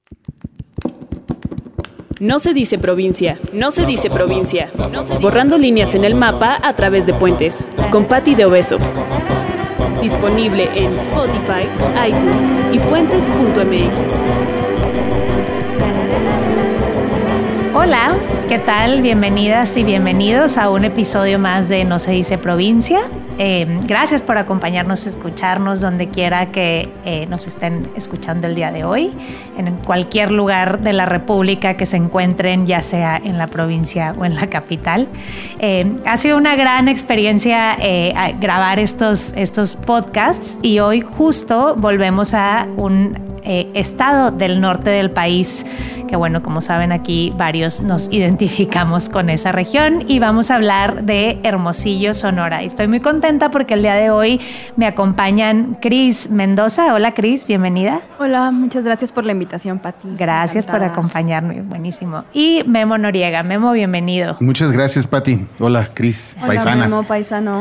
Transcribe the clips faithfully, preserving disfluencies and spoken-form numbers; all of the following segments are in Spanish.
No se dice provincia, no se dice provincia. No se dice Borrando líneas en el mapa a través de puentes, con Patti de Obeso. Disponible en Spotify, iTunes y puentes punto eme equis. Hola, ¿qué tal? Bienvenidas y bienvenidos a un episodio más de No se dice provincia. Eh, gracias por acompañarnos, escucharnos donde quiera que eh, nos estén escuchando el día de hoy, en cualquier lugar de la República que se encuentren, ya sea en la provincia o en la capital. Eh, ha sido una gran experiencia eh, a grabar estos, estos podcasts y hoy justo volvemos a un eh, estado del norte del país, que bueno, como saben aquí varios nos identificamos con esa región y vamos a hablar de Hermosillo, Sonora. Y estoy muy contenta porque el día de hoy me acompañan Cris Mendoza. Hola Cris, bienvenida. Hola, muchas gracias por la invitación, Patti. Gracias Encantada. por acompañarme, buenísimo. Y Memo Noriega. Memo, bienvenido. Muchas gracias, Patti. Hola, Cris, Hola, paisana. Memo, paisano.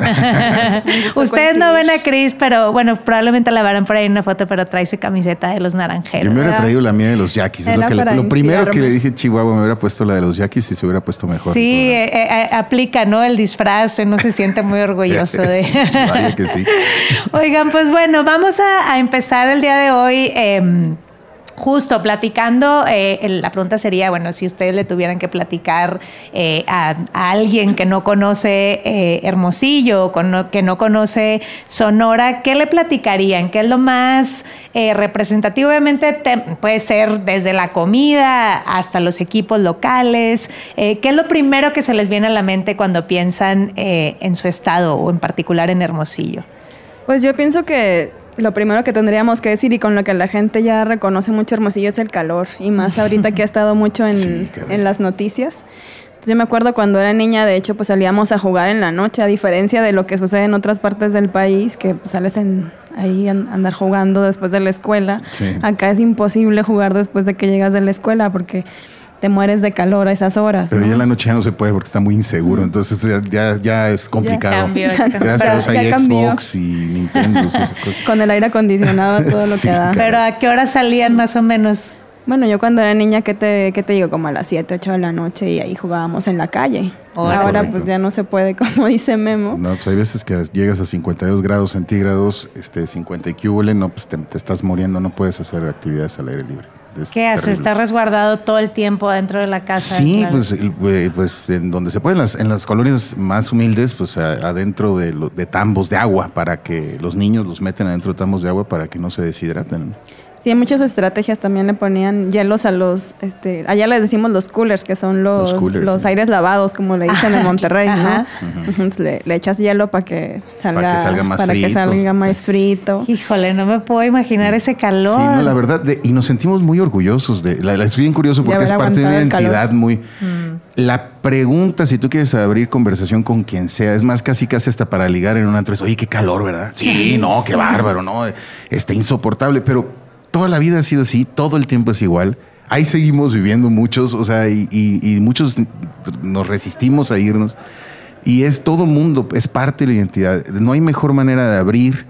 Ustedes no ven a Cris, pero bueno, probablemente la verán por ahí en una foto, pero trae su camiseta de los Naranjeros. Yo me hubiera traído la mía de los Yaquis. Es lo, que le, lo primero que le dije a Chihuahua, me hubiera puesto la de los Yaquis y se hubiera puesto mejor. Sí, eh, eh, aplica, ¿no? El disfraz, uno se siente muy orgulloso de... Vaya que sí. Oigan, pues bueno, vamos a, a empezar el día de hoy... Eh, Justo, platicando, eh, la pregunta sería, bueno, si ustedes le tuvieran que platicar eh, a, a alguien que no conoce eh, Hermosillo, con, que no conoce Sonora, ¿qué le platicarían? ¿Qué es lo más eh, representativo? Obviamente te, puede ser desde la comida hasta los equipos locales. Eh, ¿Qué es lo primero que se les viene a la mente cuando piensan eh, en su estado o en particular en Hermosillo? Pues yo pienso que lo primero que tendríamos que decir y con lo que la gente ya reconoce mucho Hermosillo es el calor, y más ahorita que ha estado mucho en, sí, en las noticias. Entonces, yo me acuerdo cuando era niña, de hecho, pues salíamos a jugar en la noche, a diferencia de lo que sucede en otras partes del país, que pues, sales en, ahí a andar jugando después de la escuela. Sí. Acá es imposible jugar después de que llegas de la escuela porque te mueres de calor a esas horas. Pero ¿no? ya en la noche ya no se puede porque está muy inseguro, mm. entonces ya, ya es complicado. Ya cambió, ya, gracias a Dios hay Xbox y Nintendo y esas cosas. Con el aire acondicionado, todo lo sí, que da. Caray. Pero ¿a qué hora salían más o menos? Bueno, yo cuando era niña, ¿qué te, qué te digo? Como a las siete, ocho de la noche y ahí jugábamos en la calle. Oh, ahora correcto. Pues ya no se puede, como dice Memo. No, pues hay veces que llegas a cincuenta y dos grados centígrados, este, cincuenta y cúbole, no, pues te, te estás muriendo, no puedes hacer actividades al aire libre. Es ¿Qué hace? ¿Está resguardado todo el tiempo dentro de la casa? Sí, claro. pues, pues en donde se puede, en las, en las colonias más humildes, pues a, adentro de, lo, de tambos de agua, para que los niños los meten adentro de tambos de agua para que no se deshidraten. Sí, hay muchas estrategias. También le ponían hielos a los, este, allá les decimos los coolers, que son los, los, coolers, los sí. aires lavados, como le dicen en Monterrey, ¿no? Uh-huh. le, le echas hielo para que salga, para que salga más para frito. que salga más frito. Híjole, no me puedo imaginar ese calor. Sí, no, la verdad, de, y nos sentimos muy orgullosos de, la, la, es bien curioso porque es parte de una identidad muy. Mm. La pregunta, si tú quieres abrir conversación con quien sea, es más casi casi hasta para ligar en un antro, es, oye, qué calor, ¿verdad? Sí, no, qué bárbaro, no, está insoportable, pero toda la vida ha sido así, todo el tiempo es igual. Ahí seguimos viviendo muchos, o sea, y, y, y muchos nos resistimos a irnos. Y es todo el mundo, es parte de la identidad. No hay mejor manera de abrir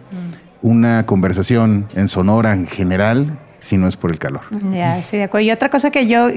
una conversación en Sonora en general si no es por el calor. Ya, sí, de acuerdo. Y otra cosa que yo,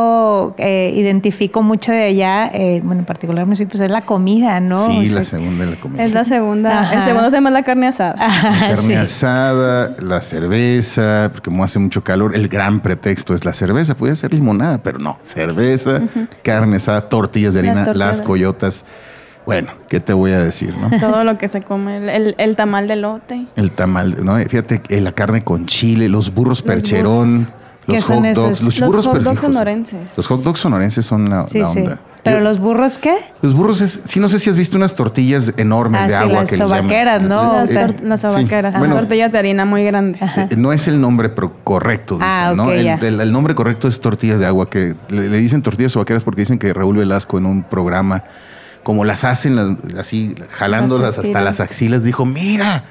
yo eh, identifico mucho de allá, eh, bueno, en particular pues es la comida, ¿no? Sí, o sea, la segunda es la comida. Es la segunda. Ajá. El segundo tema es la carne asada. Ajá, la carne sí. asada, la cerveza, porque como hace mucho calor, el gran pretexto es la cerveza. Podría ser limonada, pero no. Cerveza, uh-huh. carne asada, tortillas de harina, las, las coyotas. Bueno, ¿qué te voy a decir, no? Todo lo que se come, el, el, el tamal de elote. El tamal, ¿no? Fíjate, la carne con chile, los burros percherón, los, los hot dogs. Los, los hot dogs sonorenses. Los hot dogs sonorenses son la, sí, la onda. Sí. ¿Pero los burros qué? Los burros es, sí, no sé si has visto unas tortillas enormes ah, de sí, agua las que sobaqueras, les llaman. ¿no? Las, tor- las sobaqueras, sí. son bueno, tortillas de harina muy grandes. Ajá. No es el nombre pro- correcto, dicen, ah, ¿no? Okay, el, el, el nombre correcto es tortillas de agua, que le, le dicen tortillas sobaqueras porque dicen que Raúl Velasco en un programa, como las hacen las, así, jalándolas las hasta las axilas, dijo, mira,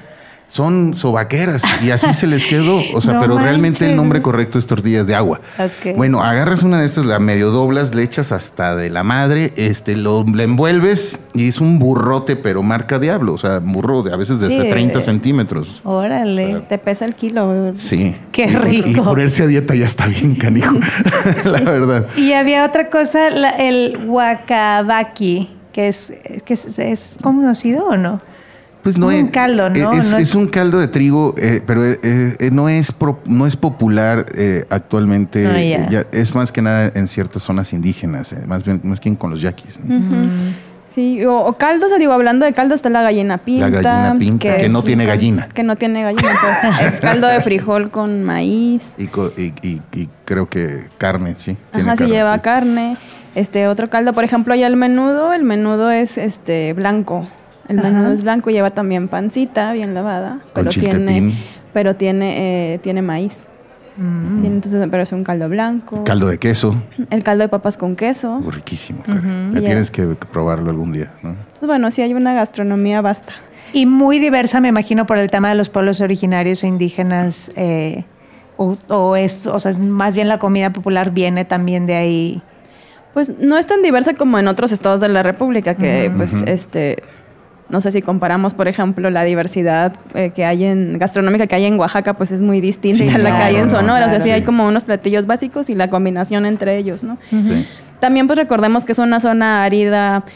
son sobaqueras y así se les quedó. O sea, no pero manches. Realmente el nombre correcto es tortillas de agua. Okay. Bueno, agarras una de estas, la medio doblas, le echas hasta de la madre, este, lo le envuelves y es un burrote, pero marca diablo. O sea, burro de a veces de sí, hasta treinta centímetros. Órale. O sea, te pesa el kilo. Sí. Qué rico. Y, y ponerse a dieta ya está bien, canijo. La sí. verdad. Y había otra cosa, la, el wakabaki, que es, que es, es conocido o no? Pues no es es un caldo, ¿no? Es, no es, es un caldo de trigo, eh, pero eh, eh, no es pro, no es popular eh, actualmente. No, yeah. ya, es más que nada en ciertas zonas indígenas, eh, más bien más que con los yaquis, ¿no? Uh-huh. Sí, o, o caldos, o digo, hablando de caldo, está la gallina pinta. La gallina pinta, que, que no tiene gallina. Que no tiene gallina, pues es caldo de frijol con maíz. Y, y, y, y creo que carne, sí. Tiene Ajá, carne, sí lleva sí. carne. Este otro caldo, por ejemplo, allá el menudo, el menudo es este blanco. El Ajá. menudo es blanco, lleva también pancita bien lavada, con pero chiltepín. tiene, pero tiene, eh, tiene maíz. Mm. Tiene, entonces, pero es un caldo blanco. Caldo de queso. El caldo de papas con queso. Muy riquísimo, uh-huh. Ya tienes que probarlo algún día, ¿no? Entonces, bueno, sí hay una gastronomía vasta. Y muy diversa, me imagino, por el tema de los pueblos originarios e indígenas. Eh, o, o, es, o sea, es más bien la comida popular viene también de ahí. Pues no es tan diversa como en otros estados de la República, que uh-huh. pues uh-huh. este... No sé si comparamos, por ejemplo, la diversidad eh, que hay en gastronómica que hay en Oaxaca, pues es muy distinta sí, a la claro, que hay en Sonora. Claro, o sea, sí, sí hay como unos platillos básicos y la combinación entre ellos, ¿no? Uh-huh. Sí. También, pues recordemos que es una zona árida,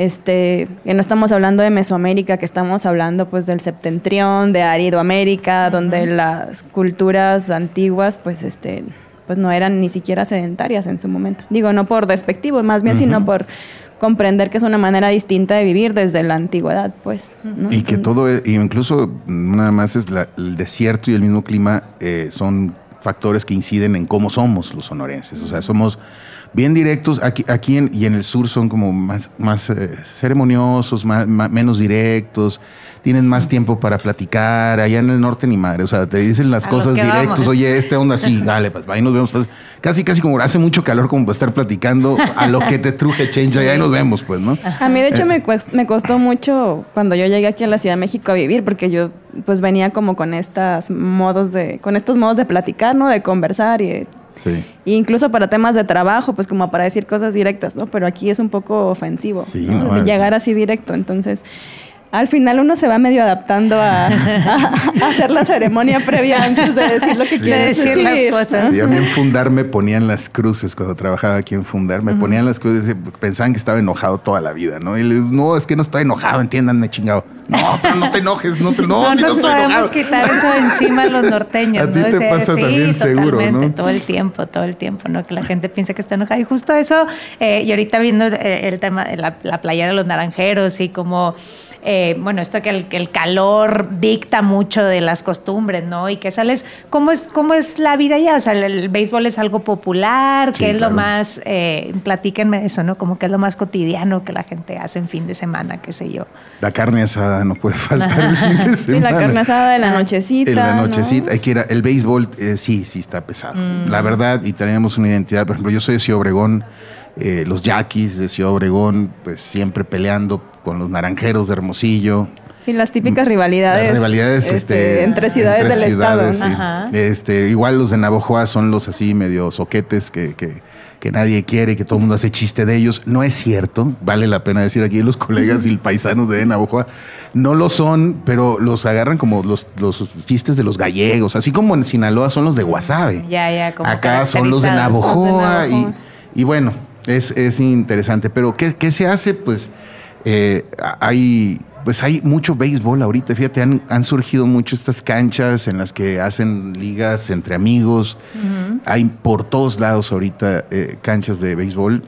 este, que no estamos hablando de Mesoamérica, que estamos hablando, pues, del septentrión, de Aridoamérica, uh-huh. donde las culturas antiguas, pues, este, pues, no eran ni siquiera sedentarias en su momento. Digo, no por despectivo, más bien, uh-huh. sino por comprender que es una manera distinta de vivir desde la antigüedad, pues, ¿no? Y que todo, es, incluso nada más es la, el desierto y el mismo clima eh, son factores que inciden en cómo somos los sonorenses. O sea, somos bien directos. Aquí, aquí en, y en el sur son como más, más eh, ceremoniosos, más, más, menos directos. Tienen más tiempo para platicar. Allá en el norte ni madre. O sea, te dicen las a cosas directos. Vamos. Oye, este onda así, dale, pues ahí nos vemos. Casi, casi como hace mucho calor como para estar platicando a lo que te truje change. Sí. Ahí nos vemos, pues, ¿no? A mí, de hecho, eh. me, me costó mucho cuando yo llegué aquí a la Ciudad de México a vivir, porque yo pues venía como con estas modos de, con estos modos de platicar, ¿no? De conversar y de, sí. E incluso para temas de trabajo, pues como para decir cosas directas, ¿no? Pero aquí es un poco ofensivo, sí, ¿no? No, llegar así directo. Entonces, al final uno se va medio adaptando a, a, a hacer la ceremonia previa antes de decir lo que sí. quiere decir. decir las cosas. Sí, a mí en Fundar me ponían las cruces cuando trabajaba aquí en Fundar. Me uh-huh. ponían las cruces, pensaban que estaba enojado toda la vida, ¿no? Y les digo, no, es que no estoy enojado, entiéndanme, chingado. No, pero no te enojes, no te no, no si nos no estoy podemos enojado. quitar eso encima los norteños. A ti ¿no? te o sea, pasa sí, también seguro, ¿no? Todo el tiempo, todo el tiempo, ¿no? Que la gente piensa que está enojada. Y justo eso, eh, y ahorita viendo eh, el tema de la, la playera de los naranjeros y como... Eh, bueno, esto que el, que el calor dicta mucho de las costumbres, ¿no? Y que sales, ¿cómo es, cómo es la vida allá? O sea, el, el béisbol es algo popular, sí, ¿qué es claro. lo más, eh, platíquenme eso, ¿no? Como que es lo más cotidiano que la gente hace en fin de semana, qué sé yo. La carne asada no puede faltar el fin de semana. Sí, la carne asada de la nochecita. En la ¿no? nochecita, hay que ir a, el béisbol eh, sí, sí está pesado. Mm. La verdad, y tenemos una identidad, por ejemplo, yo soy de Ciudad Obregón, eh, los yaquis de Ciudad Obregón, pues siempre peleando con los naranjeros de Hermosillo. Sí, las típicas rivalidades. Las rivalidades este, este, entre ciudades entre del ciudades, estado. Sí. Ajá. Este, igual los de Navojoa son los así medio soquetes que, que, que nadie quiere, que todo el mundo hace chiste de ellos. No es cierto, vale la pena decir aquí los colegas y paisanos de Navojoa. No lo son, pero los agarran como los, los chistes de los gallegos. Así como en Sinaloa son los de Guasave. Ya, ya, como acá son los de Navojoa. Y, y bueno, es, es interesante. Pero ¿qué, qué se hace? Pues eh, hay... Pues hay mucho béisbol ahorita, fíjate, han, han surgido mucho estas canchas en las que hacen ligas entre amigos. Uh-huh. Hay por todos lados ahorita eh, canchas de béisbol.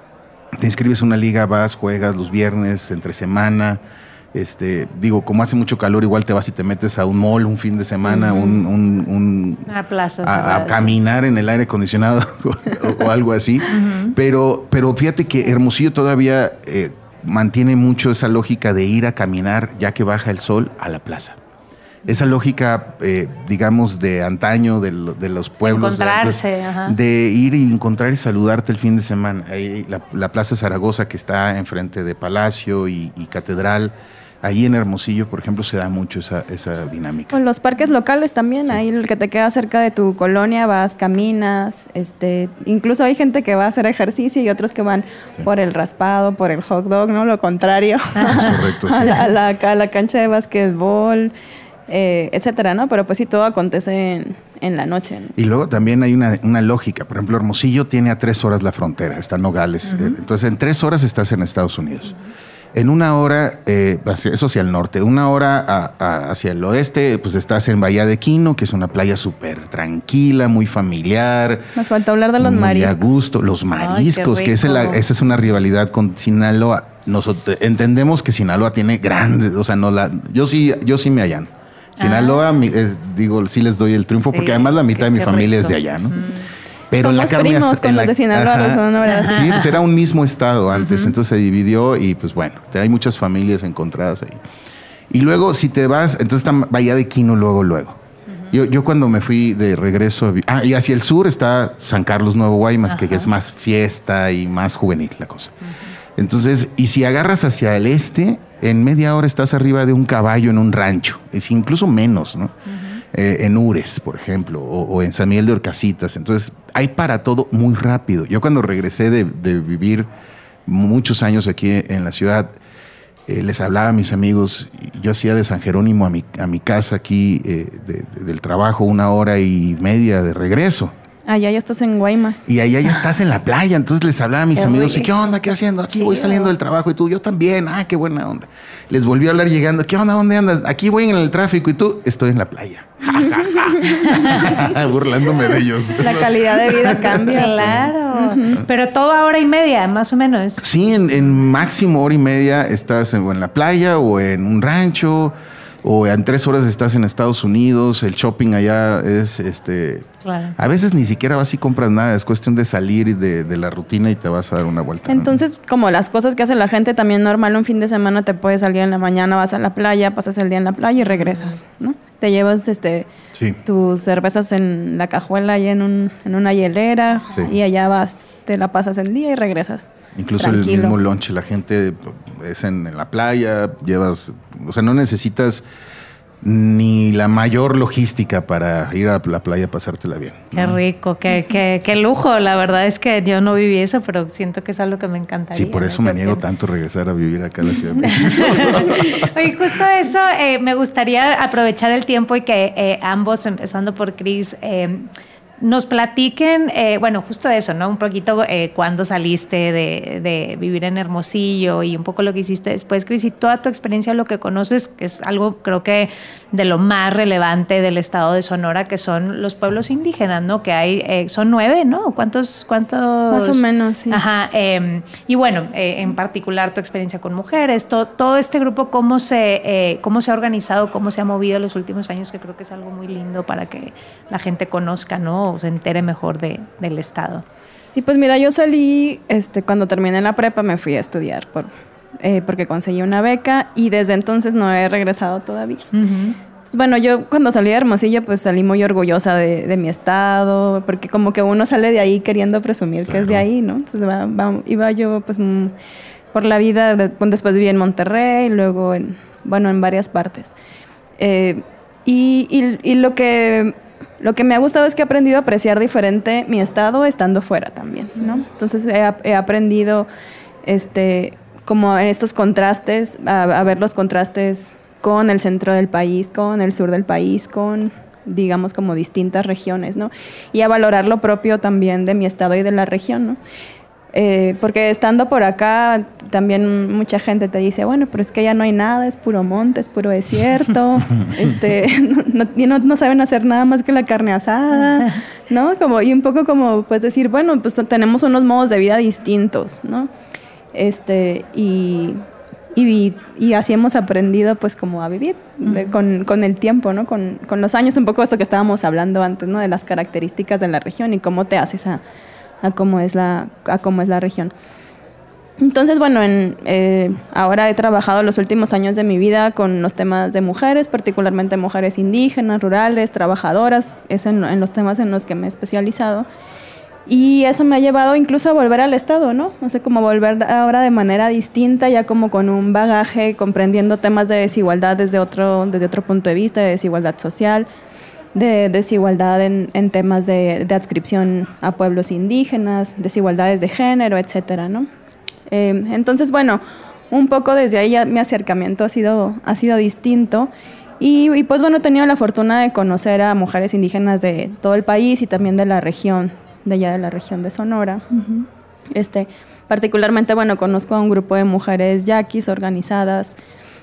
Te inscribes a una liga, vas, juegas los viernes, entre semana. Este, digo, como hace mucho calor, igual te vas y te metes a un mall un fin de semana, uh-huh. un, un, un a, plaza, a, a caminar en el aire acondicionado o, o algo así. Uh-huh. Pero, pero fíjate que Hermosillo todavía... Eh, mantiene mucho esa lógica de ir a caminar ya que baja el sol a la plaza. Esa lógica, eh, digamos, de antaño, de, de los pueblos. Encontrarse, de, ajá. de ir y encontrar y saludarte el fin de semana. Ahí, la, la Plaza Zaragoza, que está enfrente de Palacio y, y Catedral, Ahí en Hermosillo, por ejemplo, se da mucho esa, esa dinámica. Con los parques locales también, sí. Ahí el que te queda cerca de tu colonia, vas, caminas, este, incluso hay gente que va a hacer ejercicio y otros que van sí. por el raspado, por el hot dog, ¿no? Lo contrario. Es correcto, sí. a, la, a, la, a la cancha de básquetbol, eh, etcétera, ¿no? Pero pues sí, todo acontece en, en la noche, ¿no? Y luego también hay una, una lógica. Por ejemplo, Hermosillo tiene a tres horas la frontera, está Nogales. Uh-huh. Entonces, en tres horas estás en Estados Unidos. Uh-huh. En una hora, eh, eso hacia el norte, una hora a, a, hacia el oeste, pues estás en Bahía de Quino, que es una playa súper tranquila, muy familiar. Nos falta hablar de los muy mariscos. Muy a gusto, los mariscos, Ay, que esa es, la, esa es una rivalidad con Sinaloa. Nosotros entendemos que Sinaloa tiene grandes, o sea, no la, yo sí, yo sí me allano. Sinaloa, ah. mi, eh, digo, sí les doy el triunfo, sí, porque además la mitad de mi familia rico. es de allá, ¿no? Mm. Pero somos la carne primos con la, los de Sinaloa, los Sonora. Sí, pues era un mismo estado antes, uh-huh. entonces se dividió y pues bueno, hay muchas familias encontradas ahí. Y luego si te vas, entonces está Bahía de Quino luego, luego. Uh-huh. Yo, yo cuando me fui de regreso, ah, y hacia el sur está San Carlos, Nuevo Guaymas, uh-huh. que, que es más fiesta y más juvenil la cosa. Uh-huh. Entonces, y si agarras hacia el este, en media hora estás arriba de un caballo en un rancho, es incluso menos, ¿no? Uh-huh. Eh, en Ures, por ejemplo, o, o en San Miguel de Orcasitas. Entonces, hay para todo muy rápido. Yo cuando regresé de, de vivir muchos años aquí en la ciudad, eh, les hablaba a mis amigos, yo hacía de San Jerónimo a mi, a mi casa aquí, eh, de, de, del trabajo, una hora y media de regreso. Allá ya estás en Guaymas. Y allá ya estás en la playa. Entonces les hablaba a mis qué amigos, ¿y qué onda? ¿Qué haciendo? Aquí sí, voy saliendo del trabajo. Y tú, yo también. Ah, qué buena onda. Les volví a hablar llegando. ¿Qué onda? ¿Dónde andas? Aquí voy en el tráfico. Y tú, estoy en la playa. Burlándome de ellos. La calidad de vida cambia. Claro. Uh-huh. Pero todo a hora y media, más o menos. Sí, en, en máximo hora y media estás en, o en la playa o en un rancho. O en tres horas estás en Estados Unidos, el shopping allá es, este... Claro. A veces ni siquiera vas y compras nada, es cuestión de salir de, de la rutina y te vas a dar una vuelta. Entonces, ¿no? Como las cosas que hace la gente, también normal, un fin de semana te puedes salir en la mañana, vas a la playa, pasas el día en la playa y regresas, ¿no? Te llevas este sí. tus cervezas en la cajuela y en, un, en una hielera sí. y allá vas, te la pasas el día y regresas. Incluso tranquilo. El mismo lunch, la gente es en, en la playa, llevas, o sea, no necesitas ni la mayor logística para ir a la playa a pasártela bien. Qué ¿no? rico, qué, qué, qué lujo. La verdad es que yo no viví eso, pero siento que es algo que me encantaría. Sí, por eso ¿no? me niego tanto a regresar a vivir acá a la Ciudad de México. Oye, justo eso, eh, me gustaría aprovechar el tiempo y que eh, ambos, empezando por Cris, eh, nos platiquen, eh, bueno, justo eso, ¿no? Un poquito eh, cuándo saliste de, de vivir en Hermosillo y un poco lo que hiciste después, Cris, y toda tu experiencia, lo que conoces, que es algo creo que de lo más relevante del estado de Sonora, que son los pueblos indígenas, ¿no? Que hay, eh, son nueve, ¿no? ¿Cuántos? cuántos? Más o menos, sí. Ajá. Eh, y bueno, eh, en particular tu experiencia con mujeres, to, todo este grupo, ¿cómo se, eh, cómo se ha organizado, cómo se ha movido en los últimos años, que creo que es algo muy lindo para que la gente conozca, ¿no? O se entere mejor de, del estado. Sí, pues mira, yo salí, este, cuando terminé la prepa me fui a estudiar por, eh, porque conseguí una beca y desde entonces no he regresado todavía. Uh-huh. Entonces, bueno, yo cuando salí de Hermosillo pues salí muy orgullosa de, de mi estado, porque como que uno sale de ahí queriendo presumir claro. que es de ahí, ¿no? Entonces va, va, iba yo pues m- por la vida, de, después viví en Monterrey, luego en, bueno, en varias partes. Eh, y, y, y lo que... Lo que me ha gustado es que he aprendido a apreciar diferente mi estado estando fuera también, ¿no? Entonces he, he aprendido este, como en estos contrastes, a, a ver los contrastes con el centro del país, con el sur del país, con, digamos, como distintas regiones, ¿no? Y a valorar lo propio también de mi estado y de la región, ¿no? Eh, porque estando por acá también mucha gente te dice, bueno, pero es que ya no hay nada, es puro monte, es puro desierto, este, no, no, no saben hacer nada más que la carne asada, ¿no? Como, y un poco como pues decir, bueno, pues tenemos unos modos de vida distintos, ¿no? Este, y, y, y así hemos aprendido pues como a vivir uh-huh. con, con el tiempo, ¿no? Con, con los años, un poco esto que estábamos hablando antes, ¿no? De las características de la región y cómo te haces a a cómo es la, a cómo es la región. Entonces, bueno, en, eh, ahora he trabajado los últimos años de mi vida con los temas de mujeres, particularmente mujeres indígenas, rurales, trabajadoras, es en, en los temas en los que me he especializado. Y eso me ha llevado incluso a volver al Estado, ¿no? O sea, como volver ahora de manera distinta, ya como con un bagaje, comprendiendo temas de desigualdad desde otro, desde otro punto de vista, de desigualdad social, de desigualdad en, en temas de, de adscripción a pueblos indígenas, desigualdades de género, etcétera, ¿no? Eh, entonces, bueno, un poco desde ahí ya mi acercamiento ha sido, ha sido distinto. Y, y pues bueno, he tenido la fortuna de conocer a mujeres indígenas de todo el país y también de la región, de allá de la región de Sonora. Uh-huh. Este, particularmente, bueno, conozco a un grupo de mujeres yaquis organizadas,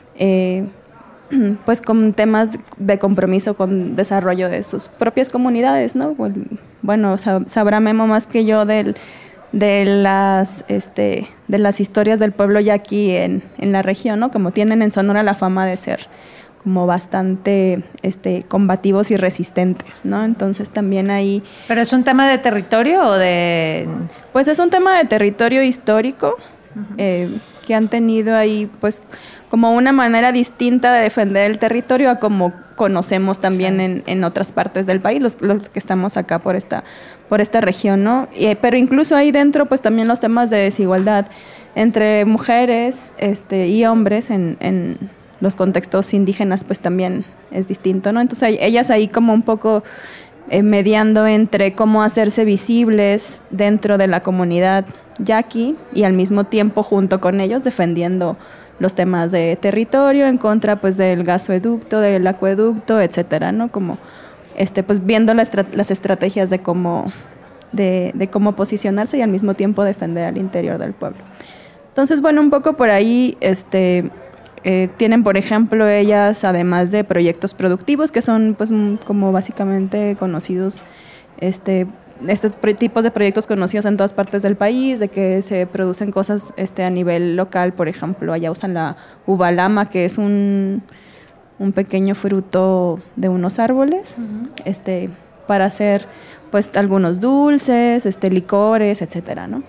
eh, pues con temas de compromiso con desarrollo de sus propias comunidades, ¿no? Bueno, sabrá Memo más que yo del, de, las, este, de las historias del pueblo yaqui en, en la región, ¿no? Como tienen en Sonora la fama de ser como bastante este, combativos y resistentes, ¿no? Entonces también ahí... ¿Pero es un tema de territorio o de...? Pues es un tema de territorio histórico, uh-huh. eh, que han tenido ahí, pues, como una manera distinta de defender el territorio a como conocemos también sí. en, en otras partes del país, los, los que estamos acá por esta, por esta región, ¿no? Y, pero incluso ahí dentro, pues también los temas de desigualdad entre mujeres este, y hombres en... en los contextos indígenas pues también es distinto, ¿no? Entonces ellas ahí como un poco eh, mediando entre cómo hacerse visibles dentro de la comunidad yaqui y al mismo tiempo junto con ellos defendiendo los temas de territorio en contra pues del gasoducto, del acueducto, etcétera, ¿no? Como este pues viendo la estra- las estrategias de cómo de, de cómo posicionarse y al mismo tiempo defender al interior del pueblo. Entonces, bueno, un poco por ahí este Eh, tienen, por ejemplo, ellas, además de proyectos productivos, que son pues como básicamente conocidos, este, estos tipos de proyectos conocidos en todas partes del país, de que se producen cosas este, a nivel local. Por ejemplo, allá usan la ubalama, que es un, un pequeño fruto de unos árboles, uh-huh. este, para hacer pues algunos dulces, este, licores, etcétera, ¿no?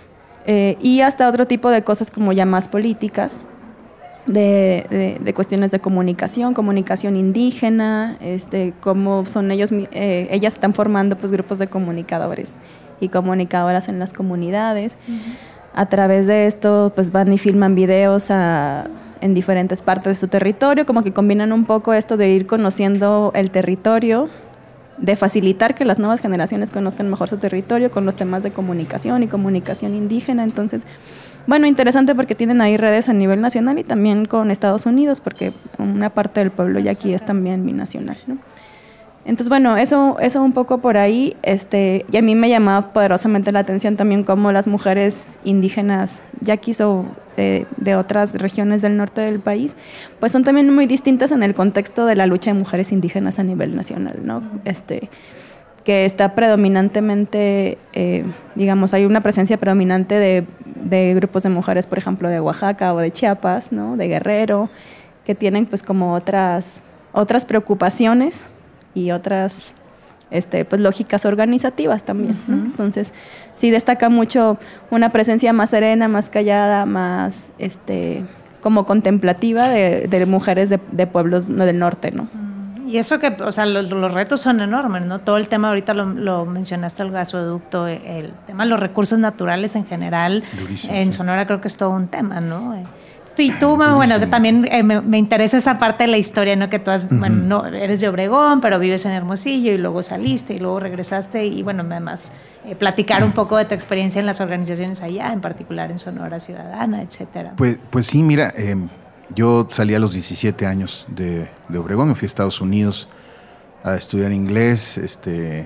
Eh, y hasta otro tipo de cosas como ya más políticas, De, de, de cuestiones de comunicación, comunicación indígena, este, cómo son ellos, eh, ellas están formando pues grupos de comunicadores y comunicadoras en las comunidades. Uh-huh. A través de esto pues van y filman videos a, en diferentes partes de su territorio, como que combinan un poco esto de ir conociendo el territorio, de facilitar que las nuevas generaciones conozcan mejor su territorio con los temas de comunicación y comunicación indígena. Entonces, bueno, interesante porque tienen ahí redes a nivel nacional y también con Estados Unidos, porque una parte del pueblo yaqui es también binacional, ¿no? Entonces, bueno, eso, eso un poco por ahí, este, y a mí me llamaba poderosamente la atención también cómo las mujeres indígenas yaquis o eh, de otras regiones del norte del país, pues son también muy distintas en el contexto de la lucha de mujeres indígenas a nivel nacional, ¿no? Este, que está predominantemente, eh, digamos, hay una presencia predominante de, de grupos de mujeres, por ejemplo, de Oaxaca o de Chiapas, ¿no? De Guerrero, que tienen pues como otras, otras preocupaciones y otras este, pues, lógicas organizativas también, ¿no? Uh-huh. Entonces, sí destaca mucho una presencia más serena, más callada, más este, como contemplativa de, de mujeres de, de pueblos del norte, ¿no? Uh-huh. Y eso que, o sea, los, los retos son enormes, ¿no? Todo el tema, ahorita lo, lo mencionaste, el gasoducto, el tema de los recursos naturales en general. Durísimo, en Sonora sí. Creo que es todo un tema, ¿no? Y tú, Durísimo. Bueno, que también eh, me, me interesa esa parte de la historia, ¿no? Que tú has, uh-huh. bueno, no, eres de Obregón, pero vives en Hermosillo y luego saliste y luego regresaste y, bueno, además eh, platicar un poco de tu experiencia en las organizaciones allá, en particular en Sonora Ciudadana, etcétera. Pues, pues sí, mira... Eh, Yo salí a los diecisiete años de, de Obregón, me fui a Estados Unidos a estudiar inglés, este,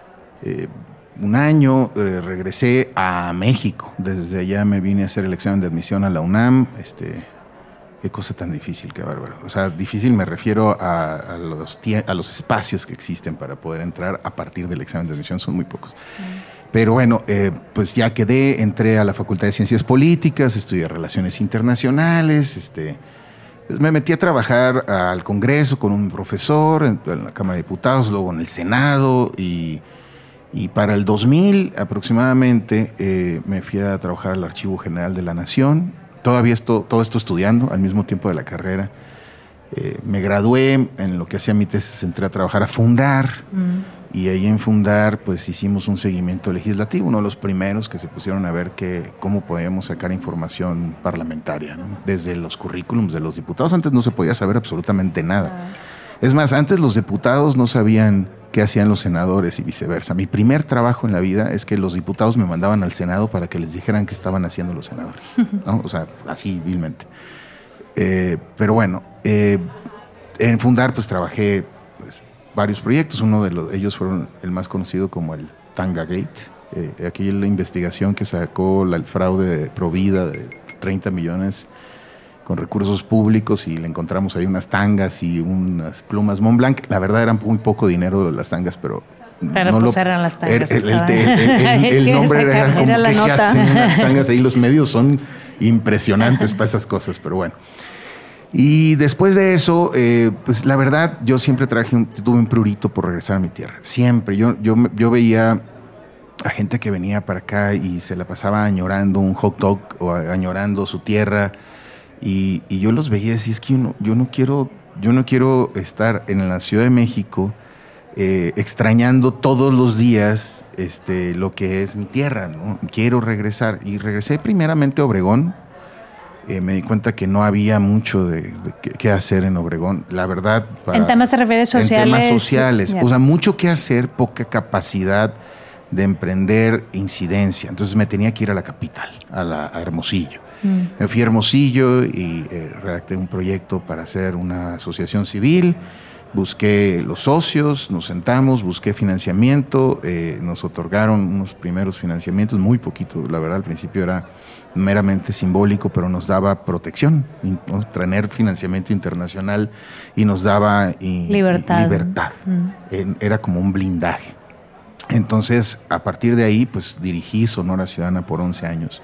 eh, un año, eh, regresé a México, desde allá me vine a hacer el examen de admisión a la UNAM, este, qué cosa tan difícil, qué bárbaro. O sea, difícil me refiero a, a, los, a los espacios que existen para poder entrar a partir del examen de admisión, son muy pocos. Mm. Pero bueno, eh, pues ya quedé, entré a la Facultad de Ciencias Políticas, estudié Relaciones Internacionales, este, pues me metí a trabajar al Congreso con un profesor, en, en la Cámara de Diputados, luego en el Senado, y, y para el dos mil aproximadamente eh, me fui a trabajar al Archivo General de la Nación, todavía esto, todo esto estudiando al mismo tiempo de la carrera. Eh, me gradué, en lo que hacía mi tesis entré a trabajar a fundar, mm. Y ahí en Fundar, pues hicimos un seguimiento legislativo, uno de los primeros que se pusieron a ver que, cómo podíamos sacar información parlamentaria, ¿no? Desde los currículums de los diputados. Antes no se podía saber absolutamente nada. Ah. Es más, antes los diputados no sabían qué hacían los senadores y viceversa. Mi primer trabajo en la vida es que los diputados me mandaban al Senado para que les dijeran qué estaban haciendo los senadores, ¿no? O sea, así vilmente. Eh, pero bueno, eh, en Fundar pues trabajé varios proyectos. Uno de los, ellos fueron el más conocido como el Tanga Gate. Eh, aquí la investigación que sacó la, el fraude de Provida de treinta millones con recursos públicos, y le encontramos ahí unas tangas y unas plumas Montblanc. La verdad eran muy poco dinero las tangas, pero... Pero no pues lo, eran las tangas. El, el, el, el, el, el nombre era, era como era que, ¿qué hacen unas tangas ahí? Los medios son impresionantes para esas cosas, pero bueno. Y después de eso, eh, pues la verdad, yo siempre traje un, tuve un prurito por regresar a mi tierra. Siempre. Yo, yo, yo veía a gente que venía para acá y se la pasaba añorando un hot dog o añorando su tierra. Y, y yo los veía y decía, es que yo no, yo no quiero, yo no quiero estar en la Ciudad de México eh, extrañando todos los días este, lo que es mi tierra, ¿no? Quiero regresar. Y regresé primeramente a Obregón. Eh, me di cuenta que no había mucho de, de qué hacer en Obregón, la verdad. Para, ¿En temas se refiere sociales? En temas sociales. Yeah. O sea, mucho que hacer, poca capacidad de emprender incidencia. Entonces me tenía que ir a la capital, a, la, a Hermosillo. Mm. Me fui a Hermosillo y eh, redacté un proyecto para hacer una asociación civil. Busqué los socios, nos sentamos, busqué financiamiento, eh, nos otorgaron unos primeros financiamientos, muy poquito, la verdad, al principio era meramente simbólico, pero nos daba protección, ¿no? Tener financiamiento internacional y nos daba y, libertad. Y libertad. Mm. Era como un blindaje. Entonces, a partir de ahí, pues dirigí Sonora Ciudadana por once años.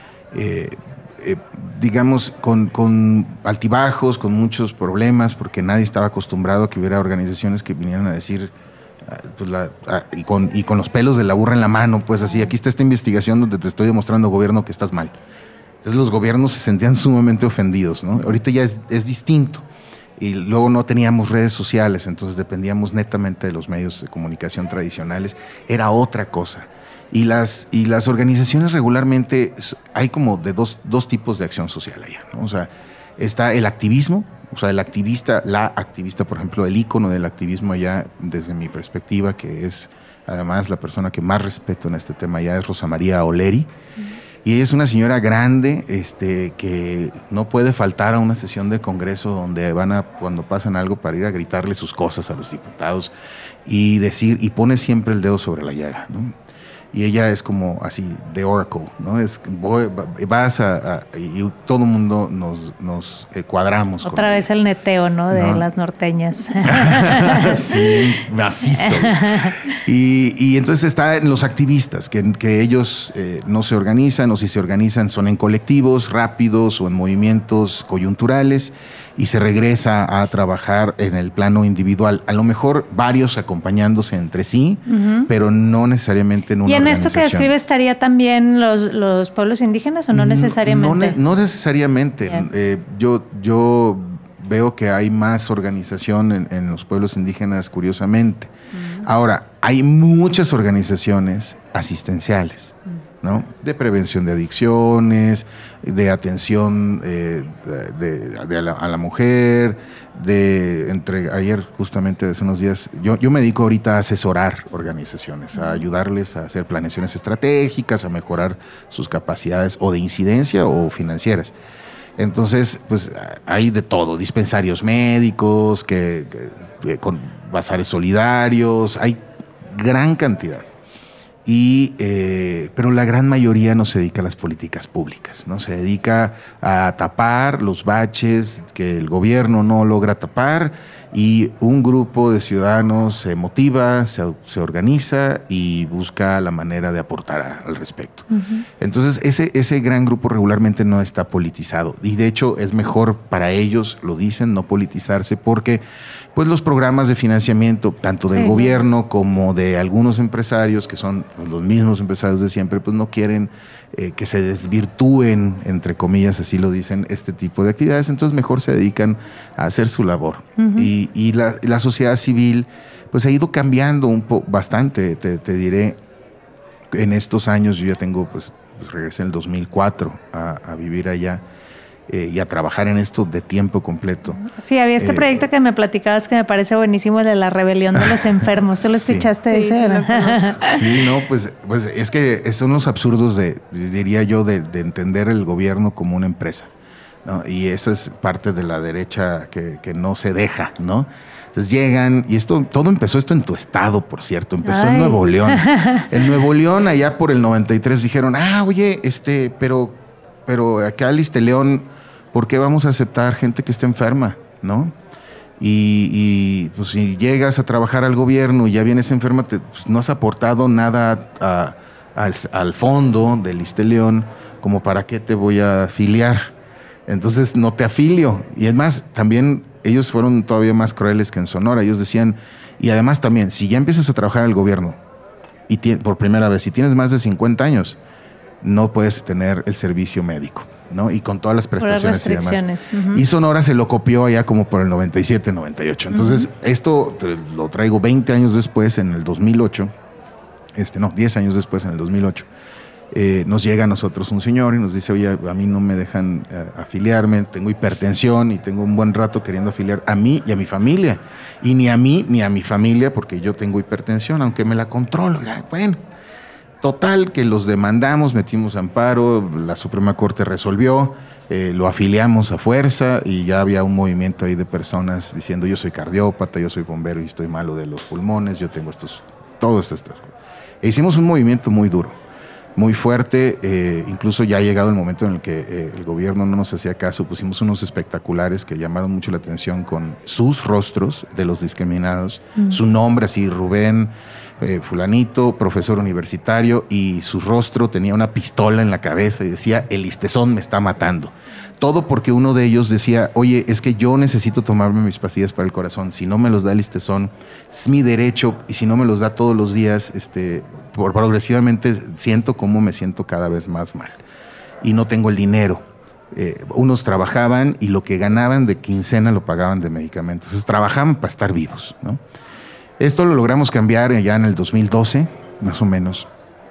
Eh, Eh, digamos, con, con altibajos, con muchos problemas, porque nadie estaba acostumbrado a que hubiera organizaciones que vinieran a decir, uh, pues la, uh, y, con, y con los pelos de la burra en la mano, pues así, aquí está esta investigación donde te estoy demostrando, gobierno, que estás mal. Entonces los gobiernos se sentían sumamente ofendidos, ¿no? Ahorita ya es, es distinto. Y luego no teníamos redes sociales, entonces dependíamos netamente de los medios de comunicación tradicionales. Era otra cosa. Y las, y las organizaciones regularmente, hay como de dos, dos tipos de acción social allá, ¿no? O sea, está el activismo, o sea, el activista, la activista, por ejemplo, el ícono del activismo allá, desde mi perspectiva, que es además la persona que más respeto en este tema allá, es Rosa María Oleri. Uh-huh. Y ella es una señora grande este, que no puede faltar a una sesión de Congreso donde van a, cuando pasan algo, para ir a gritarle sus cosas a los diputados y decir, y pone siempre el dedo sobre la llaga, ¿no? Y ella es como así, de Oracle, ¿no? Es, voy, vas a, a... Y todo el mundo nos, nos eh, cuadramos. Otra vez ella. El neteo, ¿no? De ¿no? las norteñas. Sí, macizo. Y, y entonces están los activistas, que, que ellos eh, no se organizan, o si se organizan son en colectivos rápidos o en movimientos coyunturales, y se regresa a trabajar en el plano individual. A lo mejor varios acompañándose entre sí, uh-huh. pero no necesariamente en una organización. ¿Y en organización. esto que describe estaría también los, los pueblos indígenas o no necesariamente? No, no, no necesariamente. Yeah. Eh, yo, yo veo que hay más organización en, en los pueblos indígenas, curiosamente. Uh-huh. Ahora, hay muchas organizaciones asistenciales, uh-huh. ¿no? De prevención de adicciones, de atención eh, de, de, de a, la, a la mujer, de entre ayer justamente hace unos días, yo, yo me dedico ahorita a asesorar organizaciones, a ayudarles a hacer planeaciones estratégicas, a mejorar sus capacidades o de incidencia o financieras. Entonces, pues hay de todo, dispensarios médicos, que, que, que con bazares solidarios, hay gran cantidad. Y, eh, pero la gran mayoría no se dedica a las políticas públicas, ¿no? Se dedica a tapar los baches que el gobierno no logra tapar, y un grupo de ciudadanos se motiva, se, se organiza y busca la manera de aportar a, al respecto. Uh-huh. Entonces ese, ese gran grupo regularmente no está politizado, y de hecho es mejor para ellos, lo dicen, no politizarse, porque pues los programas de financiamiento tanto del sí. gobierno como de algunos empresarios, que son pues los mismos empresarios de siempre, pues no quieren eh, que se desvirtúen, entre comillas, así lo dicen, este tipo de actividades, entonces mejor se dedican a hacer su labor. Uh-huh. Y, y la, la sociedad civil pues ha ido cambiando un poco, bastante, te, te diré, en estos años. Yo ya tengo, pues, pues regresé en el dos mil cuatro a, a vivir allá. Eh, y a trabajar en esto de tiempo completo. Sí, había este eh, proyecto que me platicabas que me parece buenísimo, el de la rebelión de los enfermos. ¿Tú lo escuchaste? Sí, ese, sí, sí, no, pues, pues es que son los absurdos de, diría yo, de, de entender el gobierno como una empresa, ¿no? Y esa es parte de la derecha que, que no se deja, ¿no? Entonces llegan, y esto, todo empezó esto en tu estado, por cierto, empezó Ay. en Nuevo León. En Nuevo León, allá por el noventa y tres, dijeron, ah, oye, este, pero, pero acá Liste León, ¿por qué vamos a aceptar gente que esté enferma, no? Y, y pues si llegas a trabajar al gobierno y ya vienes enferma, te, pues, no has aportado nada a, a, al, al fondo del Liste León, como para qué te voy a afiliar. Entonces no te afilio. Y además también ellos fueron todavía más crueles que en Sonora. Ellos decían, y además también, si ya empiezas a trabajar al gobierno y ti, por primera vez, si tienes más de cincuenta años, no puedes tener el servicio médico, ¿no? Y con todas las prestaciones y demás. Uh-huh. Y Sonora se lo copió allá como por el noventa y siete, noventa y ocho. Entonces, uh-huh. esto te, lo traigo veinte años después, en el dos mil ocho, este, no, diez años después, en el dos mil ocho, eh, nos llega a nosotros un señor y nos dice, oye, a mí no me dejan eh, afiliarme, tengo hipertensión y tengo un buen rato queriendo afiliar a mí y a mi familia. Y ni a mí ni a mi familia, porque yo tengo hipertensión, aunque me la controlo. Bueno, total, que los demandamos, metimos amparo, la Suprema Corte resolvió, eh, lo afiliamos a fuerza y ya había un movimiento ahí de personas diciendo yo soy cardiópata, yo soy bombero y estoy malo de los pulmones, yo tengo estos, todas estas cosas. E hicimos un movimiento muy duro, muy fuerte, eh, incluso ya ha llegado el momento en el que eh, el gobierno no nos hacía caso, pusimos unos espectaculares que llamaron mucho la atención con sus rostros de los discriminados, mm. su nombre así, Rubén, eh, fulanito, profesor universitario, y su rostro tenía una pistola en la cabeza y decía, el listezón me está matando. Todo porque uno de ellos decía, oye, es que yo necesito tomarme mis pastillas para el corazón, si no me los da el listezón, es mi derecho, y si no me los da todos los días, este, por, progresivamente siento cómo me siento cada vez más mal. Y no tengo el dinero. Eh, unos trabajaban y lo que ganaban de quincena lo pagaban de medicamentos. Entonces trabajaban para estar vivos, ¿no? Esto lo logramos cambiar ya en el dos mil doce, más o menos.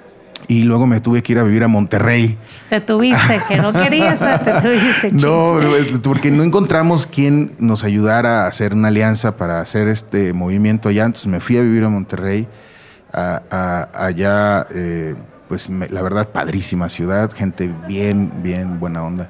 Y luego me tuve que ir a vivir a Monterrey. Te tuviste, que no querías, pero te tuviste. No, porque no encontramos quien nos ayudara a hacer una alianza para hacer este movimiento allá. Entonces me fui a vivir a Monterrey. A, a, allá, eh, pues me, la verdad, padrísima ciudad, gente bien, bien buena onda.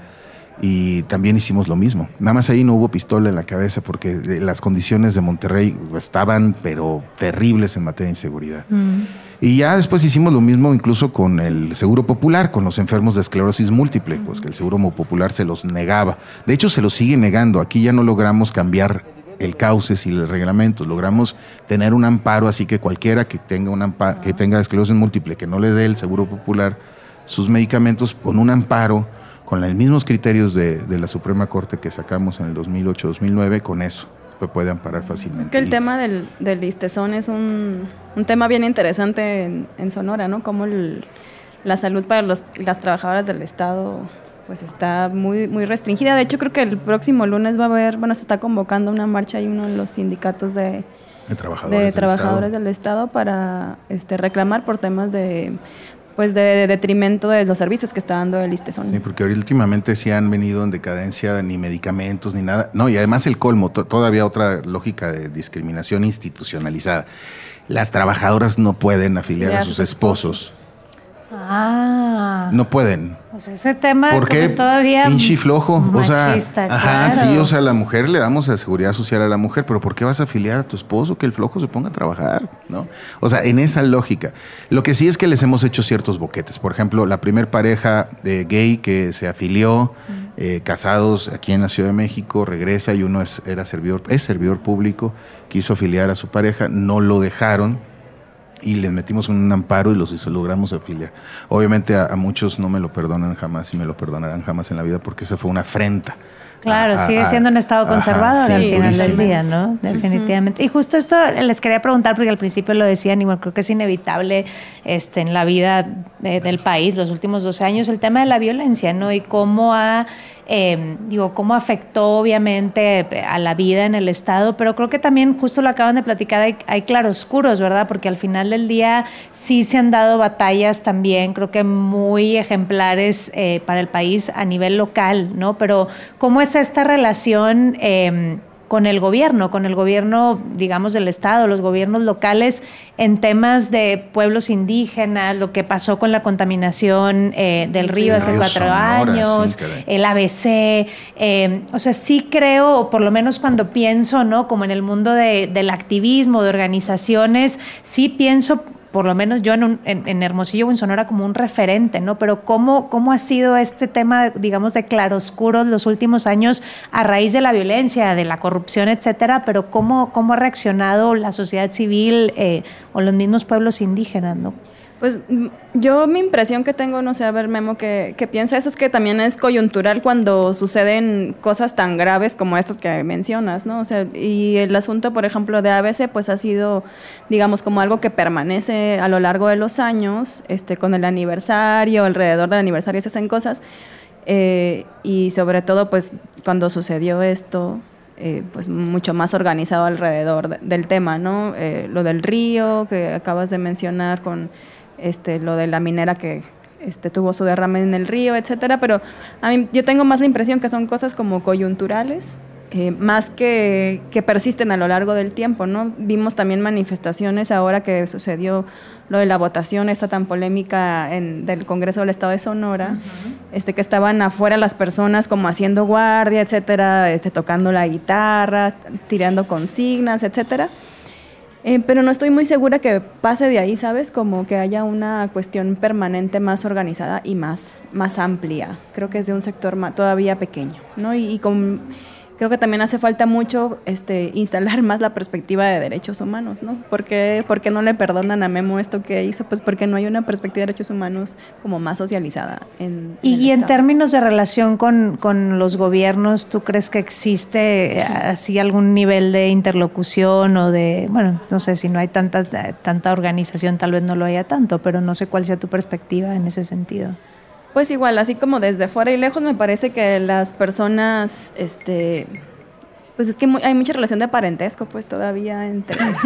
Y también hicimos lo mismo. Nada más ahí no hubo pistola en la cabeza porque las condiciones de Monterrey estaban, pero terribles en materia de inseguridad. Mm. Y ya después hicimos lo mismo incluso con el Seguro Popular, con los enfermos de esclerosis múltiple, pues que el Seguro Popular se los negaba. De hecho, se los sigue negando. Aquí ya no logramos cambiar el cauce y el reglamento. Logramos tener un amparo, así que cualquiera que tenga, un amparo, que tenga esclerosis múltiple, que no le dé el Seguro Popular sus medicamentos, con un amparo, con los mismos criterios de, de la Suprema Corte que sacamos en el dos mil ocho, dos mil nueve, con eso se puede amparar fácilmente. Que el y, tema del, del listezón es un, un tema bien interesante en, en Sonora, ¿no? Como el, la salud para los, las trabajadoras del Estado pues está muy, muy restringida. De hecho, creo que el próximo lunes va a haber, bueno, se está convocando una marcha y uno de los sindicatos de, de trabajadores, de del, trabajadores Estado. del Estado para este, reclamar por temas de... pues de, de detrimento de los servicios que está dando el listezón. Sí, porque últimamente sí han venido en decadencia ni medicamentos ni nada. No, y además el colmo, to- todavía otra lógica de discriminación institucionalizada. Las trabajadoras no pueden afiliar a sus esposos. esposos. Ah. No pueden. Pues ese tema ¿por qué? Todavía pinche flojo. Machista, o sea, claro. Ajá, sí, o sea, a la mujer le damos la seguridad social a la mujer, pero ¿por qué vas a afiliar a tu esposo? Que el flojo se ponga a trabajar, ¿no? O sea, en esa lógica. Lo que sí es que les hemos hecho ciertos boquetes. Por ejemplo, la primer pareja de gay que se afilió, mm. eh, casados aquí en la Ciudad de México, regresa y uno es, era servidor, es servidor público, quiso afiliar a su pareja, no lo dejaron. Y les metimos un amparo y los logramos afiliar. Obviamente a, a muchos no me lo perdonan jamás y me lo perdonarán jamás en la vida porque esa fue una afrenta Claro, a, sigue a, siendo un estado conservador ajá, al sí, final durísimo. del día, ¿no? Definitivamente. Y justo esto les quería preguntar, porque al principio lo decían, y bueno, creo que es inevitable este, en la vida eh, del país los últimos doce años, el tema de la violencia, ¿no? Y cómo ha, eh, digo, cómo afectó obviamente a la vida en el estado, pero creo que también, justo lo acaban de platicar, hay, hay claroscuros, ¿verdad? Porque al final del día sí se han dado batallas también, creo que muy ejemplares eh, para el país a nivel local, ¿no? Pero ¿cómo es esta relación eh, con el gobierno, con el gobierno, digamos, del estado, los gobiernos locales en temas de pueblos indígenas, lo que pasó con la contaminación eh, del río hace cuatro Sonora, años, sí, el A B C, eh, o sea, sí creo, o por lo menos cuando pienso, ¿no? Como en el mundo de, del activismo, de organizaciones, sí pienso, por lo menos yo en, un, en, en Hermosillo o en Sonora, como un referente, ¿no? Pero ¿cómo, cómo ha sido este tema, digamos, de claroscuros los últimos años a raíz de la violencia, de la corrupción, etcétera? Pero ¿cómo, cómo ha reaccionado la sociedad civil eh, o los mismos pueblos indígenas, ¿no? Pues yo mi impresión que tengo, no sé, a ver Memo, que, que piensa eso, es que también es coyuntural cuando suceden cosas tan graves como estas que mencionas, ¿no? O sea, y el asunto, por ejemplo, de A B C, pues ha sido, digamos, como algo que permanece a lo largo de los años, este, con el aniversario, alrededor del aniversario se hacen cosas, eh, y sobre todo, pues, cuando sucedió esto, Eh, pues mucho más organizado alrededor de, del tema, ¿no? Eh, lo del río que acabas de mencionar con este, lo de la minera que este, tuvo su derrame en el río, etcétera, pero a mí, yo tengo más la impresión que son cosas como coyunturales, eh, más que, que persisten a lo largo del tiempo, ¿no? Vimos también manifestaciones ahora que sucedió lo de la votación esta tan polémica en, del Congreso del Estado de Sonora, uh-huh. este, que estaban afuera las personas como haciendo guardia, etcétera, este, tocando la guitarra, tirando consignas, etcétera. Eh, pero no estoy muy segura que pase de ahí, ¿sabes? Como que haya una cuestión permanente más organizada y más, más amplia. Creo que es de un sector más, todavía pequeño, ¿no? Y, y con... Creo que también hace falta mucho este, instalar más la perspectiva de derechos humanos, ¿no? ¿Por qué, ¿Por qué no le perdonan a Memo esto que hizo? Pues porque no hay una perspectiva de derechos humanos como más socializada. En, y en, y en Estado. términos de relación con, con los gobiernos, ¿tú crees que existe así algún nivel de interlocución o de, bueno, no sé, si no hay tanta, tanta organización, tal vez no lo haya tanto, pero no sé cuál sea tu perspectiva en ese sentido? Pues igual, así como desde fuera y lejos, me parece que las personas, este, pues es que muy, hay mucha relación de parentesco, pues todavía entre. no,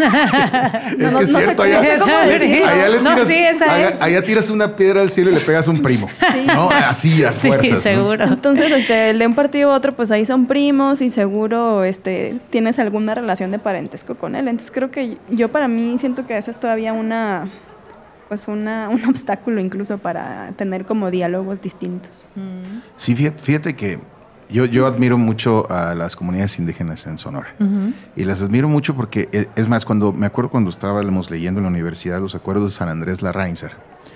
es que es no cierto, allá, allá, le tiras, no, sí, allá, allá tiras una piedra al cielo y le pegas a un primo. Sí. ¿No? Así, a fuerzas. Sí, seguro. ¿No? Entonces, este, el de un partido u otro, pues ahí son primos y seguro este, tienes alguna relación de parentesco con él. Entonces creo que yo para mí siento que esa es todavía una. pues una, un obstáculo incluso para tener como diálogos distintos. Sí, fíjate, fíjate que yo, yo admiro mucho a las comunidades indígenas en Sonora. Uh-huh. Y las admiro mucho porque, es más, cuando me acuerdo cuando estábamos leyendo en la universidad los acuerdos de San Andrés Larraínzer,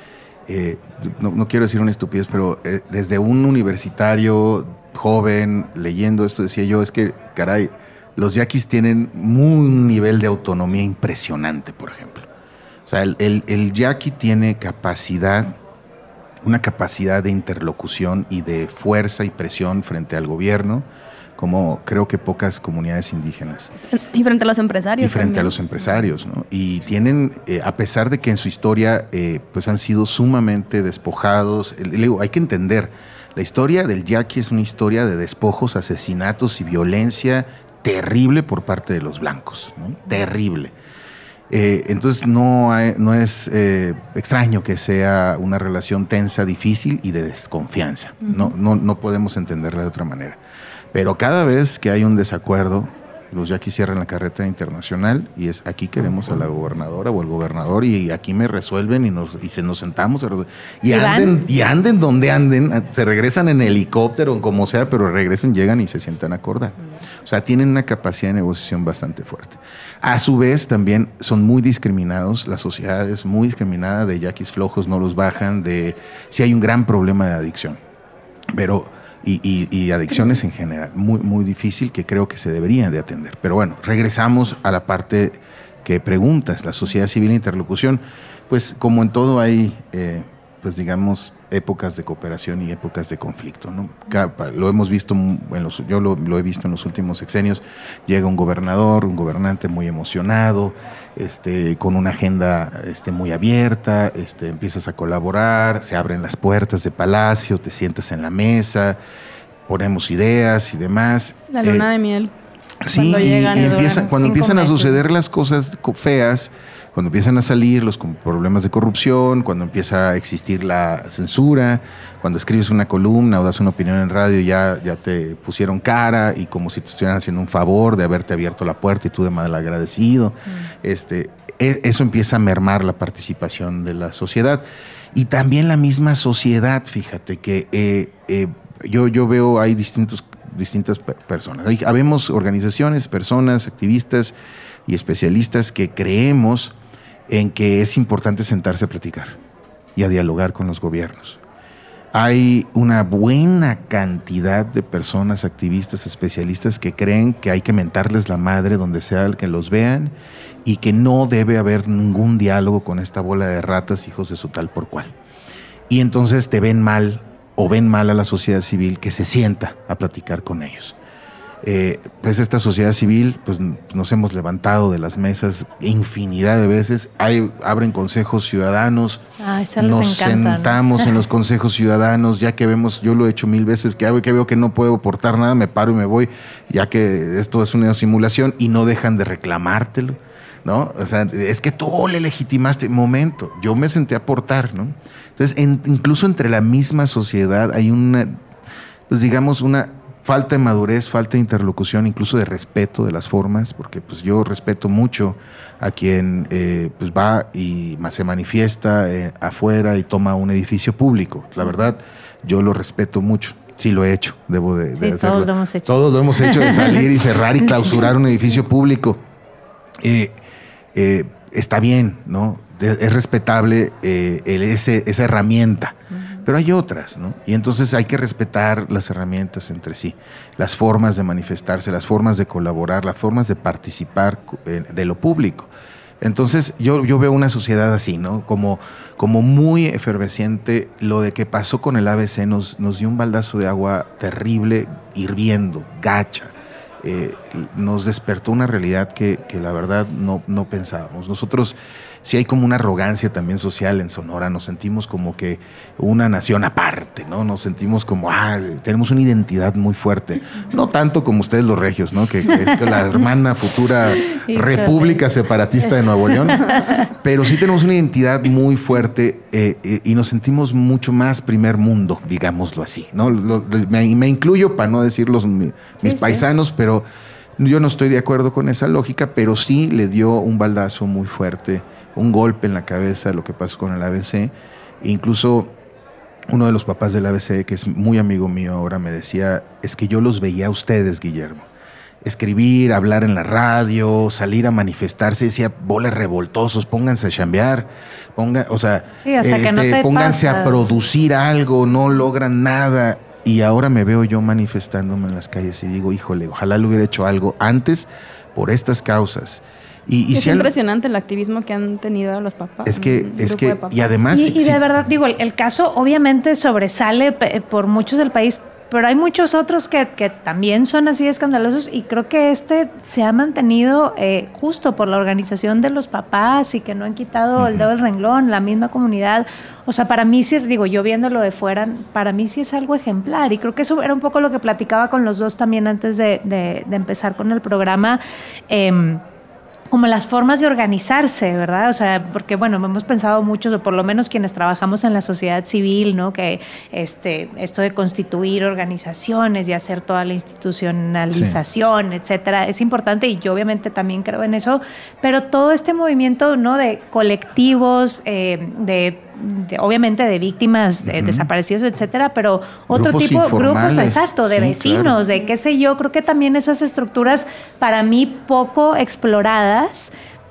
eh, no, no quiero decir una estupidez, pero eh, desde un universitario joven leyendo esto decía yo, es que, caray, los yaquis tienen un nivel de autonomía impresionante, por ejemplo. O sea, el, el, el yaqui tiene capacidad, una capacidad de interlocución y de fuerza y presión frente al gobierno, como creo que pocas comunidades indígenas. Y frente a los empresarios. Y frente también. a los empresarios, ¿no? Y tienen, eh, a pesar de que en su historia eh, pues han sido sumamente despojados, eh, le digo, hay que entender, la historia del yaqui es una historia de despojos, asesinatos y violencia terrible por parte de los blancos, ¿no? Terrible. Eh, entonces no, hay, no es eh, extraño que sea una relación tensa, difícil y de desconfianza. Uh-huh. No, no, no podemos entenderla de otra manera. Pero cada vez que hay un desacuerdo, los yaquis cierran la carretera internacional y es aquí queremos a la gobernadora o al gobernador y aquí me resuelven y, nos, y se nos sentamos y, ¿Y anden y anden donde anden, se regresan en helicóptero o como sea, pero regresan, llegan y se sientan a acordar. O sea, tienen una capacidad de negociación bastante fuerte. A su vez, también son muy discriminados, la sociedad es muy discriminada, de yaquis flojos no los bajan, de sí hay un gran problema de adicción, pero y, y, y adicciones en general, muy, muy difícil que creo que se deberían de atender. Pero bueno, regresamos a la parte que preguntas, la sociedad civil e interlocución, pues como en todo hay, eh, pues digamos, épocas de cooperación y épocas de conflicto, ¿no? Lo hemos visto, en los, yo lo, lo he visto en los últimos sexenios. Llega un gobernador, un gobernante muy emocionado, este, con una agenda este, muy abierta, este, empiezas a colaborar, se abren las puertas de Palacio, te sientas en la mesa, ponemos ideas y demás. La luna eh, de miel. Sí, cuando, y, y empieza, cuando empiezan meses. a suceder las cosas feas, cuando empiezan a salir los problemas de corrupción, cuando empieza a existir la censura, cuando escribes una columna o das una opinión en radio, ya, ya te pusieron cara y como si te estuvieran haciendo un favor de haberte abierto la puerta y tú de mal agradecido. Mm. Este, eso empieza a mermar la participación de la sociedad. Y también la misma sociedad, fíjate que eh, eh, yo, yo veo, hay distintos, distintas personas. Hay, habemos organizaciones, personas, activistas y especialistas que creemos en que es importante sentarse a platicar y a dialogar con los gobiernos. Hay una buena cantidad de personas, activistas, especialistas que creen que hay que mentarles la madre donde sea que los vean y que no debe haber ningún diálogo con esta bola de ratas, hijos de su tal por cual. Y entonces te ven mal o ven mal a la sociedad civil que se sienta a platicar con ellos. Eh, pues esta sociedad civil, pues nos hemos levantado de las mesas infinidad de veces. Hay, abren consejos ciudadanos, Ay, nos encanta, sentamos ¿no? en los consejos ciudadanos, ya que vemos, yo lo he hecho mil veces, que, que veo que no puedo aportar nada, me paro y me voy, ya que esto es una simulación y no dejan de reclamártelo, ¿no? O sea, es que tú le legitimaste. Momento, yo me senté a aportar, ¿no? Entonces, en, incluso entre la misma sociedad hay una, pues digamos, una falta de madurez, falta de interlocución, incluso de respeto de las formas, porque pues yo respeto mucho a quien eh, pues va y se manifiesta eh, afuera y toma un edificio público. La verdad, yo lo respeto mucho. Sí lo he hecho, debo de, de sí, hacerlo. Todos lo hemos hecho. Todos lo hemos hecho, de salir y cerrar y clausurar un edificio público. Eh, eh, está bien, ¿no? De, es respetable eh, el, ese, esa herramienta. Pero hay otras, ¿no? Y entonces hay que respetar las herramientas entre sí, las formas de manifestarse, las formas de colaborar, las formas de participar de lo público. Entonces yo, yo veo una sociedad así, ¿no? Como, como muy efervesciente. Lo de que pasó con el A B C nos, nos dio un baldazo de agua terrible, hirviendo, gacha. Eh, nos despertó una realidad que, que la verdad no, no pensábamos. Nosotros, sí hay como una arrogancia también social en Sonora, nos sentimos como que una nación aparte, ¿no? Nos sentimos como, ah, tenemos una identidad muy fuerte. No tanto como ustedes los regios, ¿no? Que, que es la hermana futura república separatista de Nuevo León, pero sí tenemos una identidad muy fuerte eh, eh, y nos sentimos mucho más primer mundo, digámoslo así, ¿no? Lo, me, me incluyo para no decir los, mis sí, paisanos, sí. pero yo no estoy de acuerdo con esa lógica, pero sí le dio un baldazo muy fuerte, un golpe en la cabeza lo que pasó con el A B C. Incluso uno de los papás del A B C, que es muy amigo mío ahora, me decía, es que yo los veía a ustedes, Guillermo, escribir, hablar en la radio, salir a manifestarse, decía, boles revoltosos, pónganse a chambear, ponga, o sea, sí, hasta este, que no te pónganse pasa. a producir algo, no logran nada. Y ahora me veo yo manifestándome en las calles y digo, híjole, ojalá lo hubiera hecho algo antes por estas causas. Y, y es si impresionante al... el activismo que han tenido los papás. Es que, es que y además... Y, y de sí. verdad, digo, el, el caso obviamente sobresale por muchos del país, pero hay muchos otros que, que también son así escandalosos y creo que este se ha mantenido eh, justo por la organización de los papás y que no han quitado uh-huh. el dedo del renglón, la misma comunidad. O sea, para mí sí es, digo, yo viéndolo de fuera, para mí sí es algo ejemplar y creo que eso era un poco lo que platicaba con los dos también antes de, de, de empezar con el programa. Eh, como las formas de organizarse, ¿verdad? O sea, porque, bueno, hemos pensado muchos, o por lo menos quienes trabajamos en la sociedad civil, ¿no? Que este, esto de constituir organizaciones y hacer toda la institucionalización, sí. etcétera, es importante y yo obviamente también creo en eso, pero todo este movimiento, ¿no? De colectivos, eh, de... De, obviamente de víctimas uh-huh. eh, desaparecidos, etcétera, pero otro grupos tipo, grupos, exacto, de sí, vecinos, claro. de qué sé yo, creo que también esas estructuras para mí poco exploradas,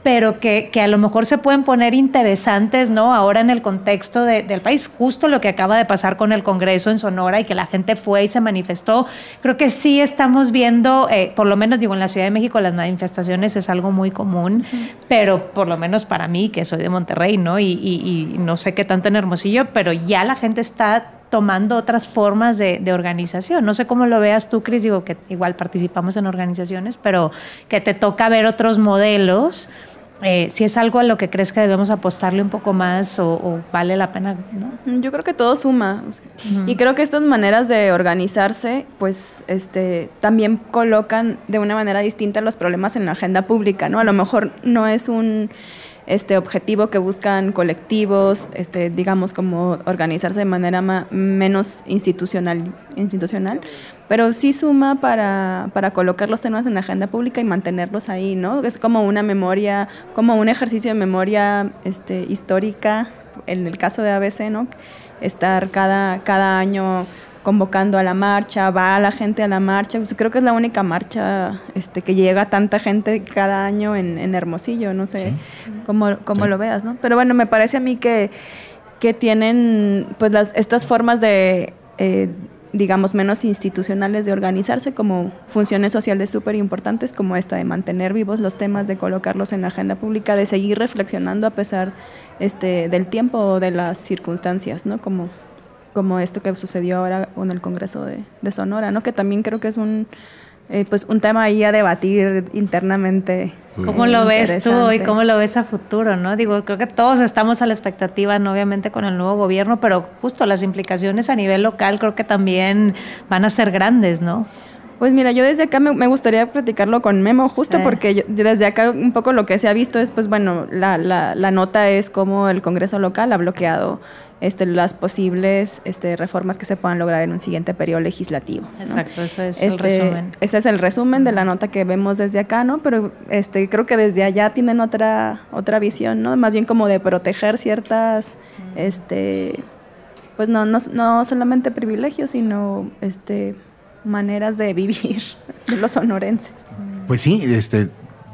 pero que, que a lo mejor se pueden poner interesantes, ¿no? Ahora en el contexto de, del país, justo lo que acaba de pasar con el Congreso en Sonora y que la gente fue y se manifestó. Creo que sí estamos viendo, eh, por lo menos digo, en la Ciudad de México las manifestaciones es algo muy común, uh-huh. pero por lo menos para mí, que soy de Monterrey, ¿no? Y, y, y no sé qué tanto en Hermosillo, pero ya la gente está tomando otras formas de, de organización. No sé cómo lo veas tú, Cris, digo que igual participamos en organizaciones, pero que te toca ver otros modelos. Eh, si es algo a lo que crees que debemos apostarle un poco más o, o vale la pena, ¿no? Yo creo que todo suma. Uh-huh. Y creo que estas maneras de organizarse, pues, este, también colocan de una manera distinta los problemas en la agenda pública, ¿no? A lo mejor no es un este objetivo que buscan colectivos, este, digamos, como organizarse de manera ma- menos institucional, institucional, pero sí suma para, para colocar los temas en la agenda pública y mantenerlos ahí, ¿no? Es como una memoria, como un ejercicio de memoria este, histórica, en el caso de A B C, ¿no? Estar cada, cada año convocando a la marcha, va a la gente a la marcha. Pues creo que es la única marcha este, que llega tanta gente cada año en, en Hermosillo, no sé sí. cómo, cómo sí. lo veas, ¿no? Pero bueno, me parece a mí que, que tienen pues las, estas formas de, eh, digamos, menos institucionales de organizarse como funciones sociales súper importantes, como esta de mantener vivos los temas, de colocarlos en la agenda pública, de seguir reflexionando a pesar este, del tiempo o de las circunstancias, ¿no? Como... como esto que sucedió ahora con el Congreso de, de Sonora, ¿no? Que también creo que es un eh, pues un tema ahí a debatir internamente. ¿Cómo lo ves tú y cómo lo ves a futuro, no? Digo, creo que todos estamos a la expectativa, ¿no? Obviamente con el nuevo gobierno, pero justo las implicaciones a nivel local creo que también van a ser grandes, ¿no? Pues mira, yo desde acá me, me gustaría platicarlo con Memo, justo sí. porque yo, desde acá un poco lo que se ha visto es, pues bueno, la, la, la nota es cómo el Congreso local ha bloqueado Este, las posibles este, reformas que se puedan lograr en un siguiente periodo legislativo, ¿no? Exacto, eso es este, el resumen. Ese es el resumen de la nota que vemos desde acá, ¿no? Pero este, creo que desde allá tienen otra otra visión, ¿no? Más bien como de proteger ciertas, uh-huh. este, pues no, no, no solamente privilegios, sino este, maneras de vivir de los sonorenses. Pues sí, este,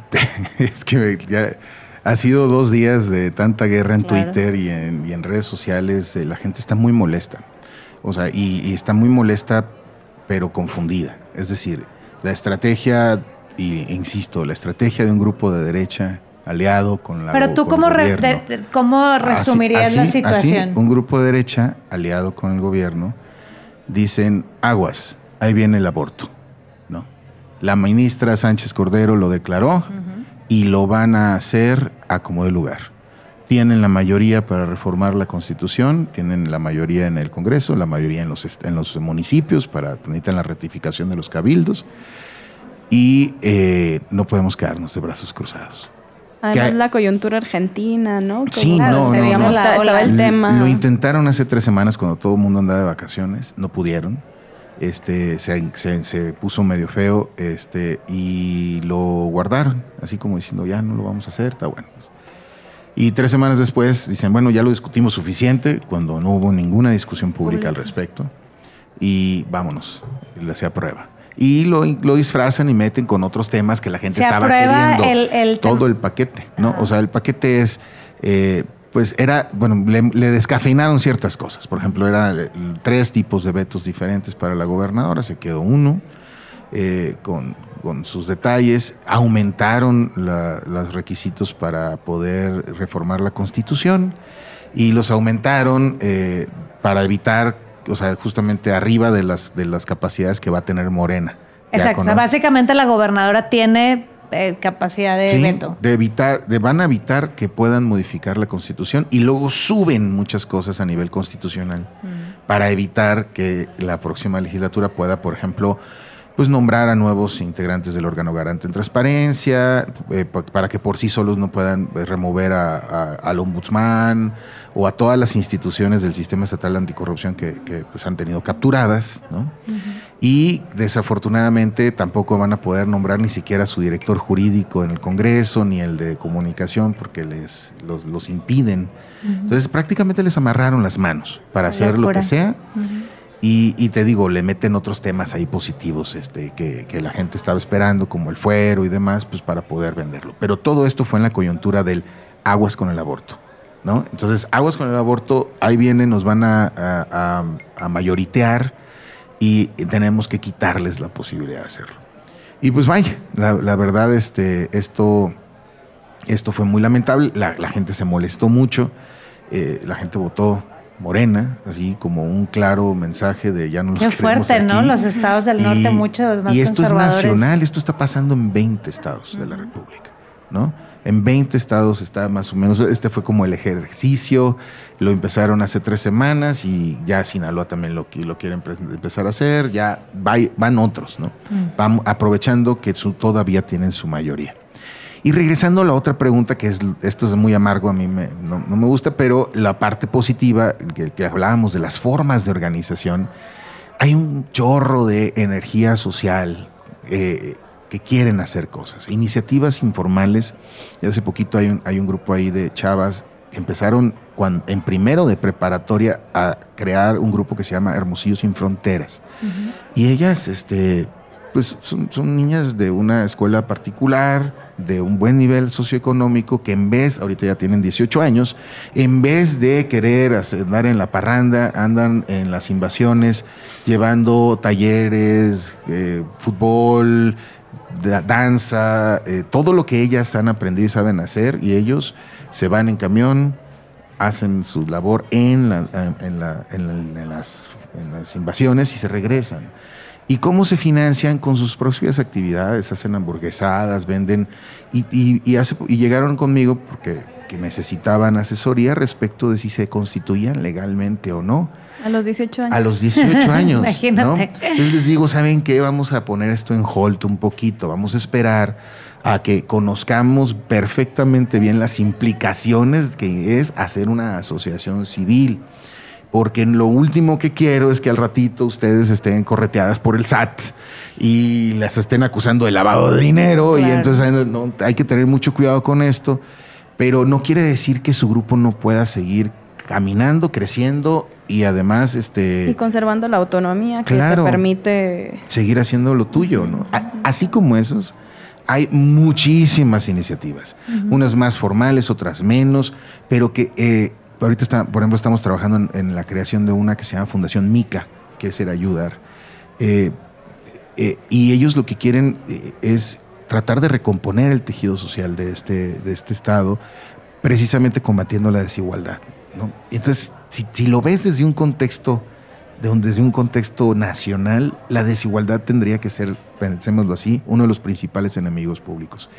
es que ya... Ha sido dos días de tanta guerra en claro. Twitter y en, y en redes sociales. Eh, la gente está muy molesta. O sea, y, y está muy molesta, pero confundida. Es decir, la estrategia, y insisto, la estrategia de un grupo de derecha aliado con la Pero tú, con ¿cómo, el re, de, de, ¿cómo resumirías así, así, la situación? Así, un grupo de derecha aliado con el gobierno dicen, aguas, ahí viene el aborto, ¿no? La ministra Sánchez Cordero lo declaró. Uh-huh. Y lo van a hacer a como de lugar. Tienen la mayoría para reformar la Constitución, tienen la mayoría en el Congreso, la mayoría en los, en los municipios, para necesitan la ratificación de los cabildos, y eh, no podemos quedarnos de brazos cruzados. Además, la coyuntura argentina, ¿no? Como sí, no, no, no. Está, estaba el tema. Lo intentaron hace tres semanas cuando todo el mundo andaba de vacaciones, no pudieron. Este, se, se, se puso medio feo este, y lo guardaron, así como diciendo, ya no lo vamos a hacer, está bueno. Y tres semanas después dicen, bueno, ya lo discutimos suficiente, cuando no hubo ninguna discusión pública al respecto, y vámonos, se aprueba. Y lo, lo disfrazan y meten con otros temas que la gente se estaba queriendo. El, el todo el paquete, ¿no? Ah. O sea, el paquete es... Eh, pues era, bueno, le, le descafeinaron ciertas cosas. Por ejemplo, eran tres tipos de vetos diferentes para la gobernadora, se quedó uno, eh, con, con sus detalles. Aumentaron la, los requisitos para poder reformar la Constitución y los aumentaron eh, para evitar, o sea, justamente arriba de las, de las capacidades que va a tener Morena. Exacto, con, o sea, básicamente la gobernadora tiene... Eh, capacidad de sí, veto. De evitar, de, van a evitar que puedan modificar la Constitución y luego suben muchas cosas a nivel constitucional mm. para evitar que la próxima legislatura pueda, por ejemplo, pues nombrar a nuevos integrantes del órgano garante en transparencia, eh, para que por sí solos no puedan remover a, a, al ombudsman o a todas las instituciones del sistema estatal de anticorrupción que, que pues, han tenido capturadas, ¿no? Uh-huh. Y desafortunadamente tampoco van a poder nombrar ni siquiera a su director jurídico en el Congreso, ni el de comunicación, porque les los, los impiden. Uh-huh. Entonces prácticamente les amarraron las manos para hacer lo que sea. Uh-huh. Y, y te digo, le meten otros temas ahí positivos este, que, que la gente estaba esperando, como el fuero y demás, pues para poder venderlo. Pero todo esto fue en la coyuntura del aguas con el aborto, ¿no? Entonces, aguas con el aborto, ahí vienen, nos van a, a, a, a mayoritear y tenemos que quitarles la posibilidad de hacerlo. Y pues vaya, la, la verdad, este, esto, esto fue muy lamentable, la, la gente se molestó mucho, eh, la gente votó Morena, así como un claro mensaje de ya no nos Qué queremos fuerte, aquí. ¿no? Los estados del norte, y, muchos más y esto conservadores. es nacional, esto está pasando en veinte estados uh-huh. de la República, ¿no? En veinte estados está más o menos, este fue como el ejercicio, lo empezaron hace tres semanas y ya Sinaloa también lo, lo quieren empezar a hacer, ya va, van otros, ¿no? Uh-huh. Van aprovechando que su, todavía tienen su mayoría. Y regresando a la otra pregunta, que es, esto es muy amargo, a mí me, no, no me gusta, pero la parte positiva, que, que hablábamos de las formas de organización, hay un chorro de energía social eh, que quieren hacer cosas, iniciativas informales. Y hace poquito hay un, hay un grupo ahí de chavas que empezaron cuando, en primero de preparatoria a crear un grupo que se llama Hermosillo Sin Fronteras. Uh-huh. Y ellas, este... pues son, son niñas de una escuela particular, de un buen nivel socioeconómico, que en vez, ahorita ya tienen dieciocho años, en vez de querer hacer, andar en la parranda, andan en las invasiones, llevando talleres, eh, fútbol, da, danza, eh, todo lo que ellas han aprendido y saben hacer, y ellos se van en camión, hacen su labor en, la, en, la, en, la, en, las, en las invasiones y se regresan. ¿Y cómo se financian? Con sus propias actividades, hacen hamburguesadas, venden, y, y, y, hace, y llegaron conmigo porque que necesitaban asesoría respecto de si se constituían legalmente o no. A los dieciocho años. A los dieciocho años. Imagínate. ¿no? Entonces les digo, ¿saben qué? Vamos a poner esto en hold un poquito, vamos a esperar a que conozcamos perfectamente bien las implicaciones que es hacer una asociación civil. Porque lo último que quiero es que al ratito ustedes estén correteadas por el S A T y las estén acusando de lavado de dinero, claro. Y entonces no, hay que tener mucho cuidado con esto, pero no quiere decir que su grupo no pueda seguir caminando, creciendo y además este y conservando la autonomía que claro, te permite seguir haciendo lo tuyo, ¿no? A, así como esos, hay muchísimas iniciativas, uh-huh. unas más formales, otras menos, pero que eh, ahorita, está, por ejemplo, estamos trabajando en, en la creación de una que se llama Fundación Mica, que es ser ayudar. Eh, eh, y ellos lo que quieren eh, es tratar de recomponer el tejido social de este, de este estado, precisamente combatiendo la desigualdad, ¿no? Entonces, si, si lo ves desde un contexto, de un, desde un contexto nacional, la desigualdad tendría que ser, pensémoslo así, uno de los principales enemigos públicos.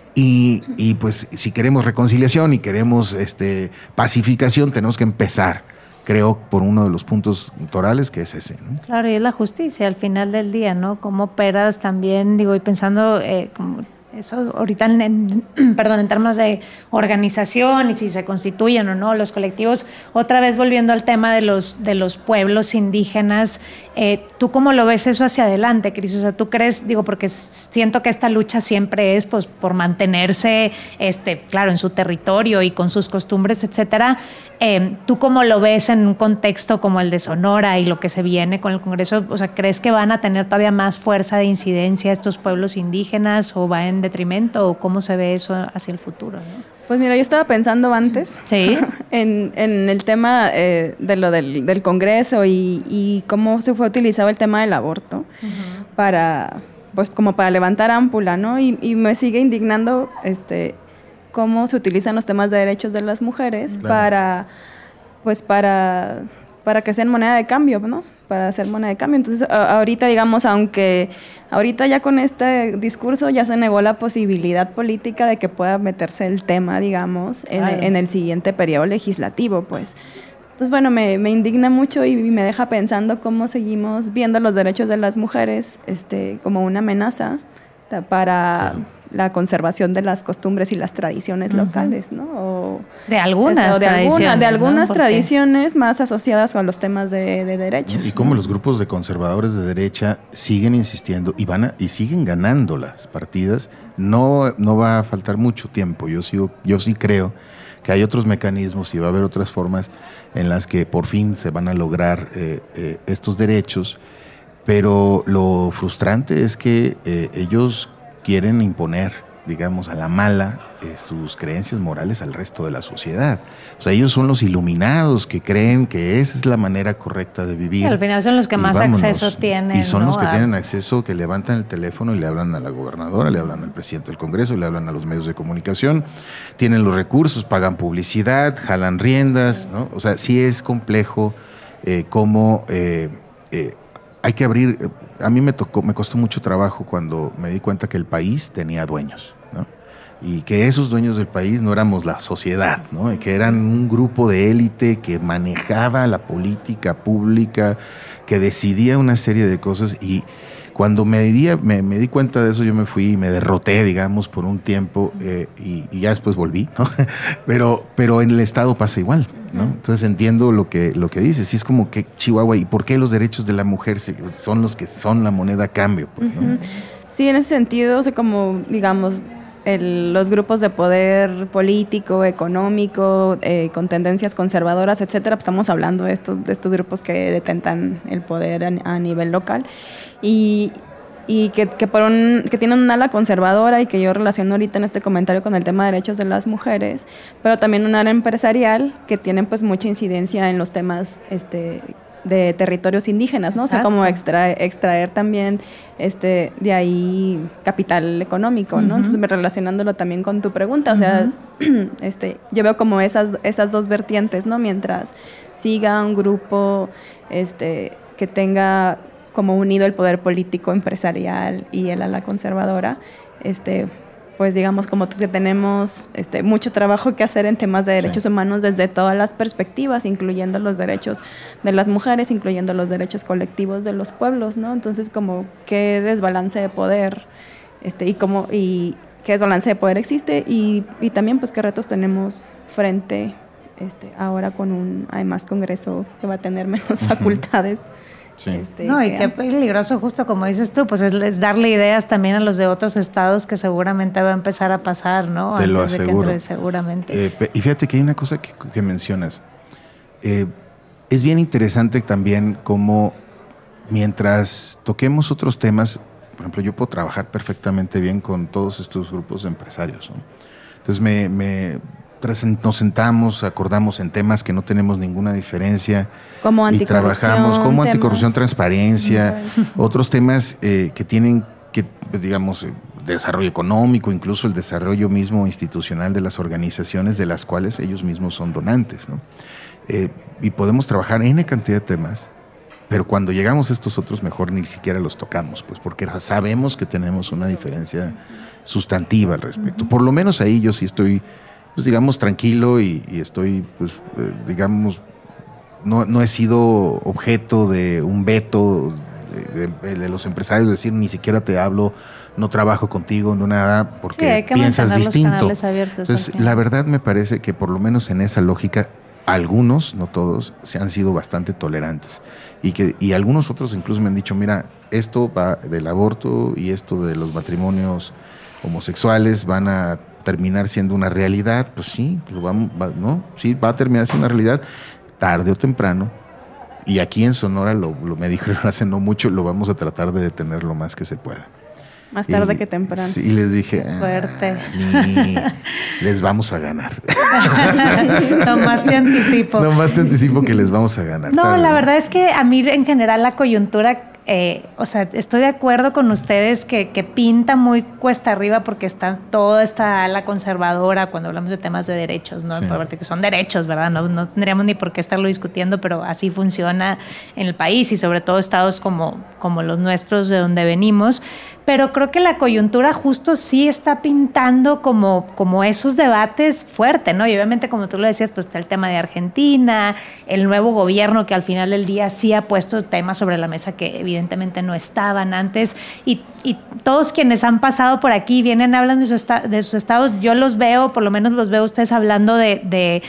Y, y pues si queremos reconciliación y queremos este, pacificación, tenemos que empezar, creo, por uno de los puntos torales, que es ese, ¿no? Claro, y es la justicia al final del día, ¿no? Cómo operas también, digo, y pensando eh, como eso ahorita en, en, perdón, en términos de organización y si se constituyen o no los colectivos. Otra vez volviendo al tema de los, de los pueblos indígenas, eh, ¿tú cómo lo ves eso hacia adelante, Cris? O sea, ¿tú crees, digo, porque siento que esta lucha siempre es pues por mantenerse, este, claro, en su territorio y con sus costumbres, etcétera? Eh, ¿Tú cómo lo ves en un contexto como el de Sonora y lo que se viene con el Congreso? O sea, ¿crees que van a tener todavía más fuerza de incidencia estos pueblos indígenas o va en detrimento, o cómo se ve eso hacia el futuro, ¿no? Pues mira, yo estaba pensando antes ¿Sí? en, en el tema eh, de lo del, del Congreso y, y cómo se fue utilizado el tema del aborto uh-huh. para, pues como para levantar ámpula, ¿no? Y, y me sigue indignando este cómo se utilizan los temas de derechos de las mujeres claro. para, pues para, para que sean moneda de cambio, ¿no? Para hacer moneda de cambio. Entonces, a, ahorita, digamos, aunque ahorita ya con este discurso ya se negó la posibilidad política de que pueda meterse el tema, digamos, en, claro. en el siguiente periodo legislativo, pues. Entonces, bueno, me, me indigna mucho y me deja pensando cómo seguimos viendo los derechos de las mujeres este, como una amenaza para claro. la conservación de las costumbres y las tradiciones uh-huh. locales, ¿no? O, de algunas este, de tradiciones. Alguna, de algunas ¿no? tradiciones más asociadas con los temas de, de derecho. Y cómo los grupos de conservadores de derecha siguen insistiendo y van a, y siguen ganando las partidas. No, no va a faltar mucho tiempo. Yo sigo, yo sí creo que hay otros mecanismos y va a haber otras formas en las que por fin se van a lograr eh, eh, estos derechos, pero lo frustrante es que eh, ellos quieren imponer, digamos, a la mala eh, sus creencias morales al resto de la sociedad. O sea, ellos son los iluminados que creen que esa es la manera correcta de vivir. Y al final son los que más vámonos. acceso tienen. Y son ¿no? los que a... tienen acceso, que levantan el teléfono y le hablan a la gobernadora, le hablan al presidente del Congreso, le hablan a los medios de comunicación, tienen los recursos, pagan publicidad, jalan riendas, ¿no? O sea, sí es complejo eh, cómo eh, eh, hay que abrir. A mí me tocó, me costó mucho trabajo cuando me di cuenta que el país tenía dueños, ¿no? Y que esos dueños del país no éramos la sociedad, ¿no? Y que eran un grupo de élite que manejaba la política pública, que decidía una serie de cosas. Y cuando me di, me, me di cuenta de eso, yo me fui y me derroté, digamos, por un tiempo, eh, y, y ya después volví, ¿no? Pero, pero en el Estado pasa igual, ¿no? Entonces entiendo lo que, lo que dices. Sí, es como que Chihuahua, ¿y por qué los derechos de la mujer son los que son la moneda a cambio? Pues, ¿no? Sí, en ese sentido, o sea, como, digamos, el, los grupos de poder político, económico, eh, con tendencias conservadoras, etcétera, pues estamos hablando de estos, de estos grupos que detentan el poder a, a nivel local y, y que, que, por un, que tienen un ala conservadora y que yo relaciono ahorita en este comentario con el tema de derechos de las mujeres, pero también un ala empresarial que tiene pues mucha incidencia en los temas este de territorios indígenas, ¿no? Exacto. O sea, como extraer, extraer también este de ahí capital económico, ¿no? Uh-huh. Entonces, relacionándolo también con tu pregunta, o sea, uh-huh. este, yo veo como esas, esas dos vertientes, ¿no? Mientras siga un grupo este, que tenga como unido el poder político, empresarial y el ala conservadora, este pues digamos como que tenemos este, mucho trabajo que hacer en temas de derechos sí. humanos desde todas las perspectivas, incluyendo los derechos de las mujeres, incluyendo los derechos colectivos de los pueblos, ¿no? Entonces, como qué desbalance de poder este, y cómo y qué desbalance de poder existe y, y también pues qué retos tenemos frente este, ahora con un además Congreso que va a tener menos uh-huh. facultades. Sí. Este, no, y qué peligroso, justo como dices tú, pues es, es darle ideas también a los de otros estados que seguramente va a empezar a pasar, ¿no? Te Antes lo aseguro. De que entre, seguramente. Eh, y fíjate que hay una cosa que, que mencionas. Eh, es bien interesante también cómo mientras toquemos otros temas, por ejemplo, yo puedo trabajar perfectamente bien con todos estos grupos de empresarios, ¿no? Entonces me... me nos sentamos, acordamos en temas que no tenemos ninguna diferencia como y trabajamos como temas. Anticorrupción, transparencia, otros temas eh, que tienen que, digamos, eh, desarrollo económico, incluso el desarrollo mismo institucional de las organizaciones de las cuales ellos mismos son donantes, ¿no? Eh, y podemos trabajar en una cantidad de temas, pero cuando llegamos a estos otros mejor ni siquiera los tocamos, pues porque sabemos que tenemos una diferencia sustantiva al respecto. Por lo menos ahí yo sí estoy... pues digamos tranquilo y, y estoy pues eh, digamos no, no he sido objeto de un veto de, de, de los empresarios, decir ni siquiera te hablo, no trabajo contigo, no nada, porque sí, hay que piensas distinto. Los abiertos, entonces la verdad me parece que por lo menos en esa lógica algunos, no todos, se han sido bastante tolerantes y que y algunos otros incluso me han dicho, mira, esto va del aborto y esto de los matrimonios homosexuales van a terminar siendo una realidad, pues sí, lo vamos, va, ¿no? Sí, va a terminar siendo una realidad tarde o temprano. Y aquí en Sonora, lo, lo me dijeron hace no mucho, lo vamos a tratar de detener lo más que se pueda. Más tarde y, que temprano. Sí, y les dije, fuerte. Ah, ni, les vamos a ganar. Nomás te anticipo. Nomás te anticipo que les vamos a ganar. No, tarde. La verdad es que a mí en general la coyuntura... Eh, o sea, estoy de acuerdo con ustedes que, que pinta muy cuesta arriba porque está toda esta ala conservadora cuando hablamos de temas de derechos, ¿no? Sí. Que son derechos, ¿verdad? No, no tendríamos ni por qué estarlo discutiendo, pero así funciona en el país y sobre todo estados como, como los nuestros de donde venimos. Pero creo que la coyuntura justo sí está pintando como, como esos debates fuertes, ¿no? Y obviamente, como tú lo decías, pues está el tema de Argentina, el nuevo gobierno que al final del día sí ha puesto temas sobre la mesa que evidentemente no estaban antes. Y, y todos quienes han pasado por aquí vienen, hablan de, su esta, de sus estados. Yo los veo, por lo menos los veo ustedes hablando de... de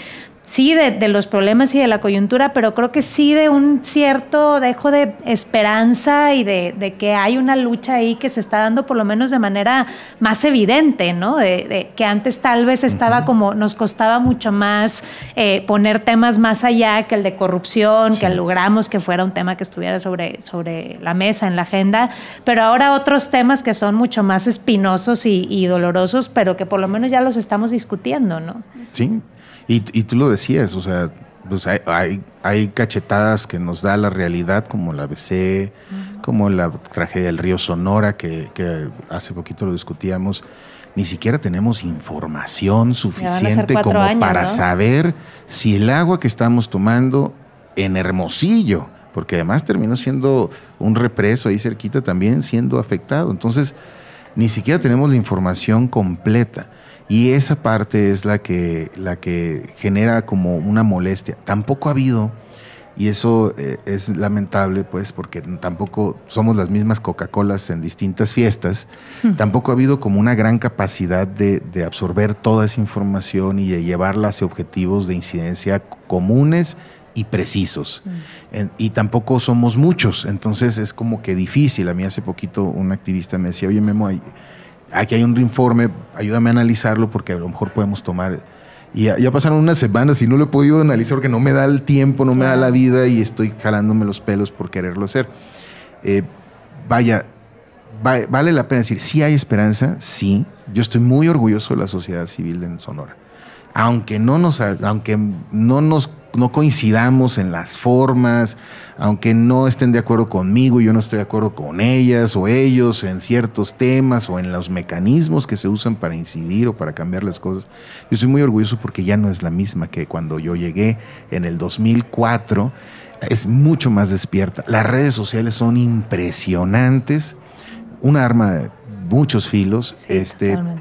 sí de, de los problemas y de la coyuntura, pero creo que sí de un cierto dejo de esperanza y de, de que hay una lucha ahí que se está dando por lo menos de manera más evidente, ¿no? De, de que antes tal vez estaba uh-huh. como, nos costaba mucho más eh, poner temas más allá que el de corrupción, sí. que logramos que fuera un tema que estuviera sobre, sobre la mesa, en la agenda, pero ahora otros temas que son mucho más espinosos y, y dolorosos, pero que por lo menos ya los estamos discutiendo, ¿no? Sí. Y, y tú lo decías, o sea, pues hay, hay, hay cachetadas que nos da la realidad, como la B C, uh-huh. como la tragedia del río Sonora, que, que hace poquito lo discutíamos. Ni siquiera tenemos información suficiente como años, para ¿no? saber si el agua que estamos tomando en Hermosillo, porque además terminó siendo un represo ahí cerquita, también siendo afectado. Entonces, ni siquiera tenemos la información completa. Y esa parte es la que, la que genera como una molestia. Tampoco ha habido, y eso eh, es lamentable, pues, porque tampoco somos las mismas Coca-Colas en distintas fiestas, mm. tampoco ha habido como una gran capacidad de, de absorber toda esa información y de llevarla hacia objetivos de incidencia comunes y precisos. Mm. En, y tampoco somos muchos, entonces es como que difícil. A mí hace poquito un activista me decía, oye, Memo, hay... aquí hay un informe, ayúdame a analizarlo porque a lo mejor podemos tomar. Y ya, ya pasaron unas semanas y no lo he podido analizar porque no me da el tiempo, no me da la vida y estoy jalándome los pelos por quererlo hacer. Eh, vaya, va, vale la pena decir, sí hay esperanza, sí. Yo estoy muy orgulloso de la sociedad civil en Sonora. Aunque no nos, aunque no nos no coincidamos en las formas, aunque no estén de acuerdo conmigo, yo no estoy de acuerdo con ellas o ellos en ciertos temas o en los mecanismos que se usan para incidir o para cambiar las cosas. Yo estoy muy orgulloso porque ya no es la misma que cuando yo llegué en el dos mil cuatro, es mucho más despierta. Las redes sociales son impresionantes, un arma de muchos filos, sí, este, totalmente.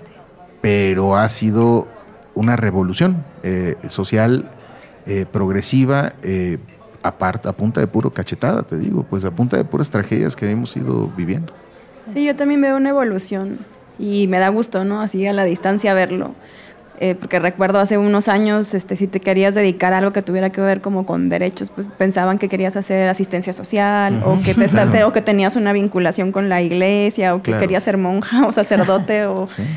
Pero ha sido una revolución eh, social Eh, progresiva, eh, a, part, a punta de puro cachetada, te digo, pues a punta de puras tragedias que hemos ido viviendo. Sí, yo también veo una evolución y me da gusto, ¿no? Así a la distancia verlo, eh, porque recuerdo hace unos años, este, si te querías dedicar a algo que tuviera que ver como con derechos, pues pensaban que querías hacer asistencia social uh-huh. o, que te claro. o que tenías una vinculación con la iglesia o que claro. querías ser monja o sacerdote o... sí.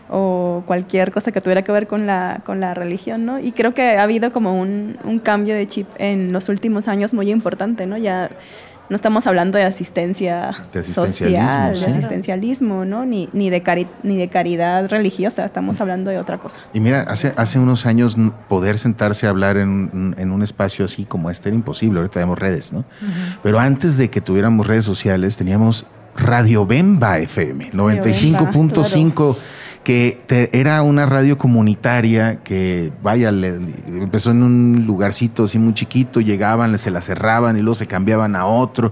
o cualquier cosa que tuviera que ver con la, con la religión, ¿no? Y creo que ha habido como un, un cambio de chip en los últimos años muy importante, ¿no? Ya no estamos hablando de asistencia de social, sí. de asistencialismo, ¿no? Ni, ni, de cari- ni de caridad religiosa, estamos hablando de otra cosa. Y mira, hace, hace unos años poder sentarse a hablar en, en un espacio así como este era imposible, ahorita tenemos redes, ¿no? Uh-huh. Pero antes de que tuviéramos redes sociales teníamos Radio Bemba F M, noventa y cinco punto cinco, claro. que te, era una radio comunitaria que, vaya, le, empezó en un lugarcito así muy chiquito, llegaban, se la cerraban y luego se cambiaban a otro.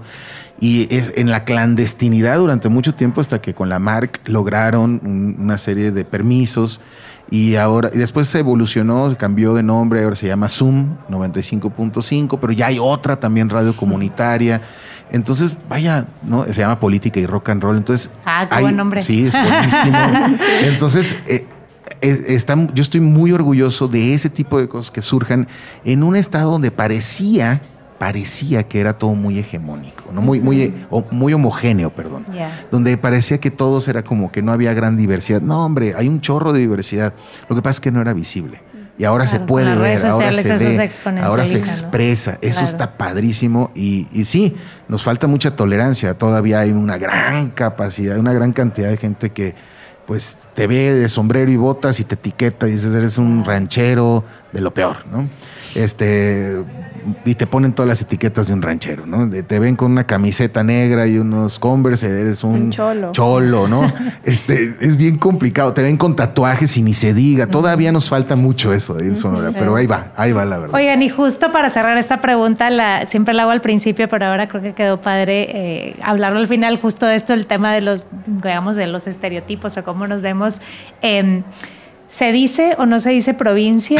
Y es en la clandestinidad durante mucho tiempo hasta que con la Marc lograron un, una serie de permisos y ahora y después se evolucionó, se cambió de nombre, ahora se llama Zoom noventa y cinco punto cinco, pero ya hay otra también radio comunitaria. Entonces, vaya, ¿no? Se llama Política y Rock and Roll. Entonces, ah, qué hay, buen nombre. Sí, es buenísimo. Entonces, eh, eh, está, yo estoy muy orgulloso de ese tipo de cosas que surjan en un estado donde parecía, parecía que era todo muy hegemónico, ¿no? Muy, muy, o, muy homogéneo, perdón. Yeah. Donde parecía que todos era como que no había gran diversidad. No, hombre, hay un chorro de diversidad. Lo que pasa es que no era visible. Y ahora claro, se puede ver, ahora se ve, ahora se expresa. ¿No? Eso claro. está padrísimo y, y sí, nos falta mucha tolerancia. Todavía hay una gran capacidad, una gran cantidad de gente que pues te ve de sombrero y botas y te etiqueta y dices eres un ranchero de lo peor, ¿no? Este... y te ponen todas las etiquetas de un ranchero, ¿no? Te ven con una camiseta negra y unos Converse, eres un, un cholo. cholo, ¿no? este, es bien complicado. Te ven con tatuajes y ni se diga. Todavía nos falta mucho eso en Sonora, sí. pero ahí va, ahí va la verdad. Oigan, y justo para cerrar esta pregunta, la, siempre la hago al principio, pero ahora creo que quedó padre eh, hablarlo al final, justo de esto, el tema de los, digamos, de los estereotipos o cómo nos vemos. Eh, ¿Se dice o no se dice provincia?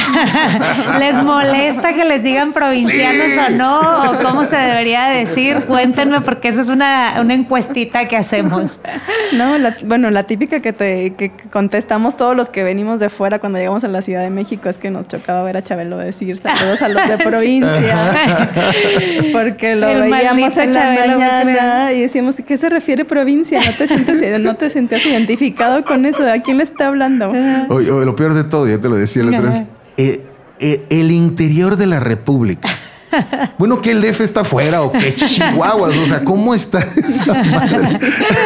¿Les molesta que les digan provincianos sí. o no? ¿O cómo se debería decir? Cuéntenme, porque esa es una, una encuestita que hacemos. No, la, bueno, la típica que, te, que contestamos todos los que venimos de fuera cuando llegamos a la Ciudad de México es que nos chocaba ver a Chabelo decir saludos a los de provincia. Porque lo El veíamos en Chabelo, la mañana y decíamos, ¿qué se refiere provincia? ¿No te sientes, no te sentías identificado con eso? ¿A quién le está hablando? O, o lo peor de todo, ya te lo decía la otra vez, eh, eh, el interior de la República. Bueno, que el D F está afuera o que Chihuahuas, o sea, ¿cómo está esa madre?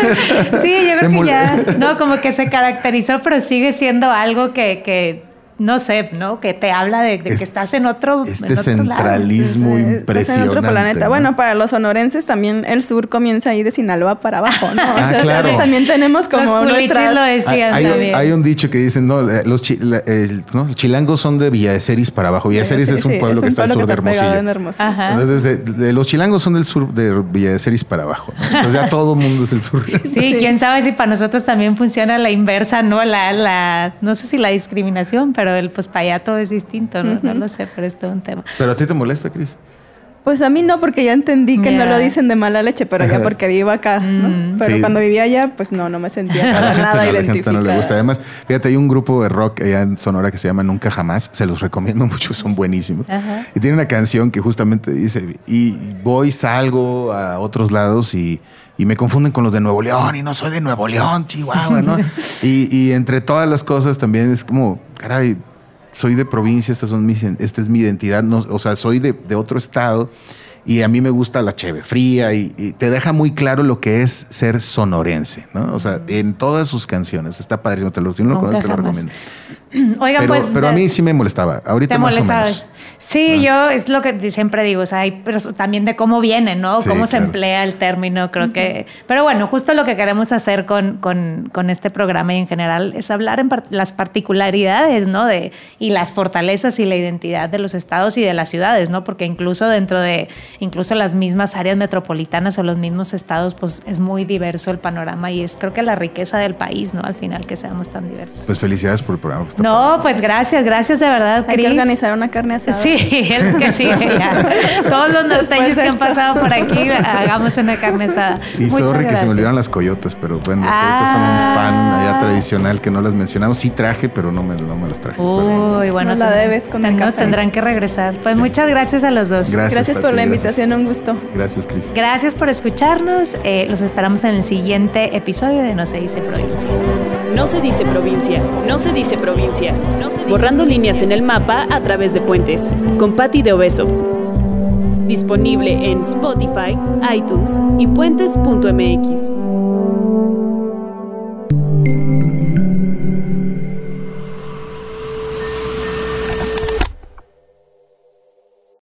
Sí, yo creo que ya, no, como que se caracterizó, pero sigue siendo algo que... que no sé, ¿no? Que te habla de, de es, que estás en otro Este en otro centralismo lado. impresionante. Estás en otro planeta. ¿No? Bueno, para los sonorenses también el sur comienza ahí de Sinaloa para abajo, ¿no? O ah, sea, claro. También tenemos como los nuestras... lo decían hay, también. Hay un dicho que dicen, no, los, chi, la, el, ¿no? los chilangos son de Villa de Ceris para abajo. Villa de Ceris sí, es un sí, pueblo es un que está al sur de Hermosillo. Hermosillo. Ajá. Entonces, de, de, los chilangos son del sur de Villa de Ceris para abajo, ¿no? Entonces ya todo el mundo es el sur. Sí, sí, quién sabe si para nosotros también funciona la inversa, ¿no? La, la, no sé si la discriminación, pero el pospayato es distinto. Distinto, ¿no? Uh-huh. No lo sé, pero es todo un tema. ¿Pero a ti te molesta, Cris? Pues a mí no, porque ya entendí que yeah. no lo dicen de mala leche, pero ya porque vivo acá, ¿no? Mm. Pero sí. cuando vivía allá, pues no, no me sentía para nada no, identificada. A la gente no le gusta. Además, fíjate, hay un grupo de rock allá en Sonora que se llama Nunca Jamás. Se los recomiendo mucho, son buenísimos. Uh-huh. Y tiene una canción que justamente dice, y voy, salgo a otros lados y... Y me confunden con los de Nuevo León y no soy de Nuevo León, Chihuahua, ¿no? y, y entre todas las cosas también es como, caray, soy de provincia, estas son mis, esta es mi identidad, no, o sea, soy de, de otro estado y a mí me gusta la cheve fría y, y te deja muy claro lo que es ser sonorense, ¿no? O sea, en todas sus canciones, está padrísimo, te lo, si no lo conoces, te lo recomiendo. Oigan, pero, pues, pero a mí sí me molestaba, ahorita te más molestaba. o menos. Sí, ¿no? Yo es lo que siempre digo, o sea, hay, pero también de cómo viene, ¿no? Sí, cómo claro. se emplea el término, creo uh-huh. que... Pero bueno, justo lo que queremos hacer con, con, con este programa y en general es hablar en par- las particularidades, ¿no? De, y las fortalezas y la identidad de los estados y de las ciudades, ¿no? Porque incluso dentro de incluso las mismas áreas metropolitanas o los mismos estados, pues es muy diverso el panorama y es creo que la riqueza del país, ¿no? Al final que seamos tan diversos. Pues felicidades por el programa. Que está no, padre. Pues gracias, gracias de verdad, Cris. Hay que organizar una carne asada. Sí, el que sigue ya. Todos los norteños que han pasado por aquí, hagamos una carne asada. Y Muchas sorry gracias. que se me olvidaron las coyotas, pero bueno, las ah. coyotas son un pan allá tradicional que no las mencionamos. Sí traje, pero no me, no me las traje. Uy, pero, bueno. No la debes con ten, el no, café. Tendrán que regresar. Pues sí. Muchas gracias a los dos. Gracias, gracias por ti, la gracias. invitación, un gusto. Gracias, Cris. Gracias por escucharnos. Eh, los esperamos en el siguiente episodio de No se dice provincia. No se dice provincia, no se dice provincia. No se dice Borrando provincia. Líneas en el mapa a través de puentes. Con Patti de Obeso. Disponible en Spotify, iTunes y puentes punto m x.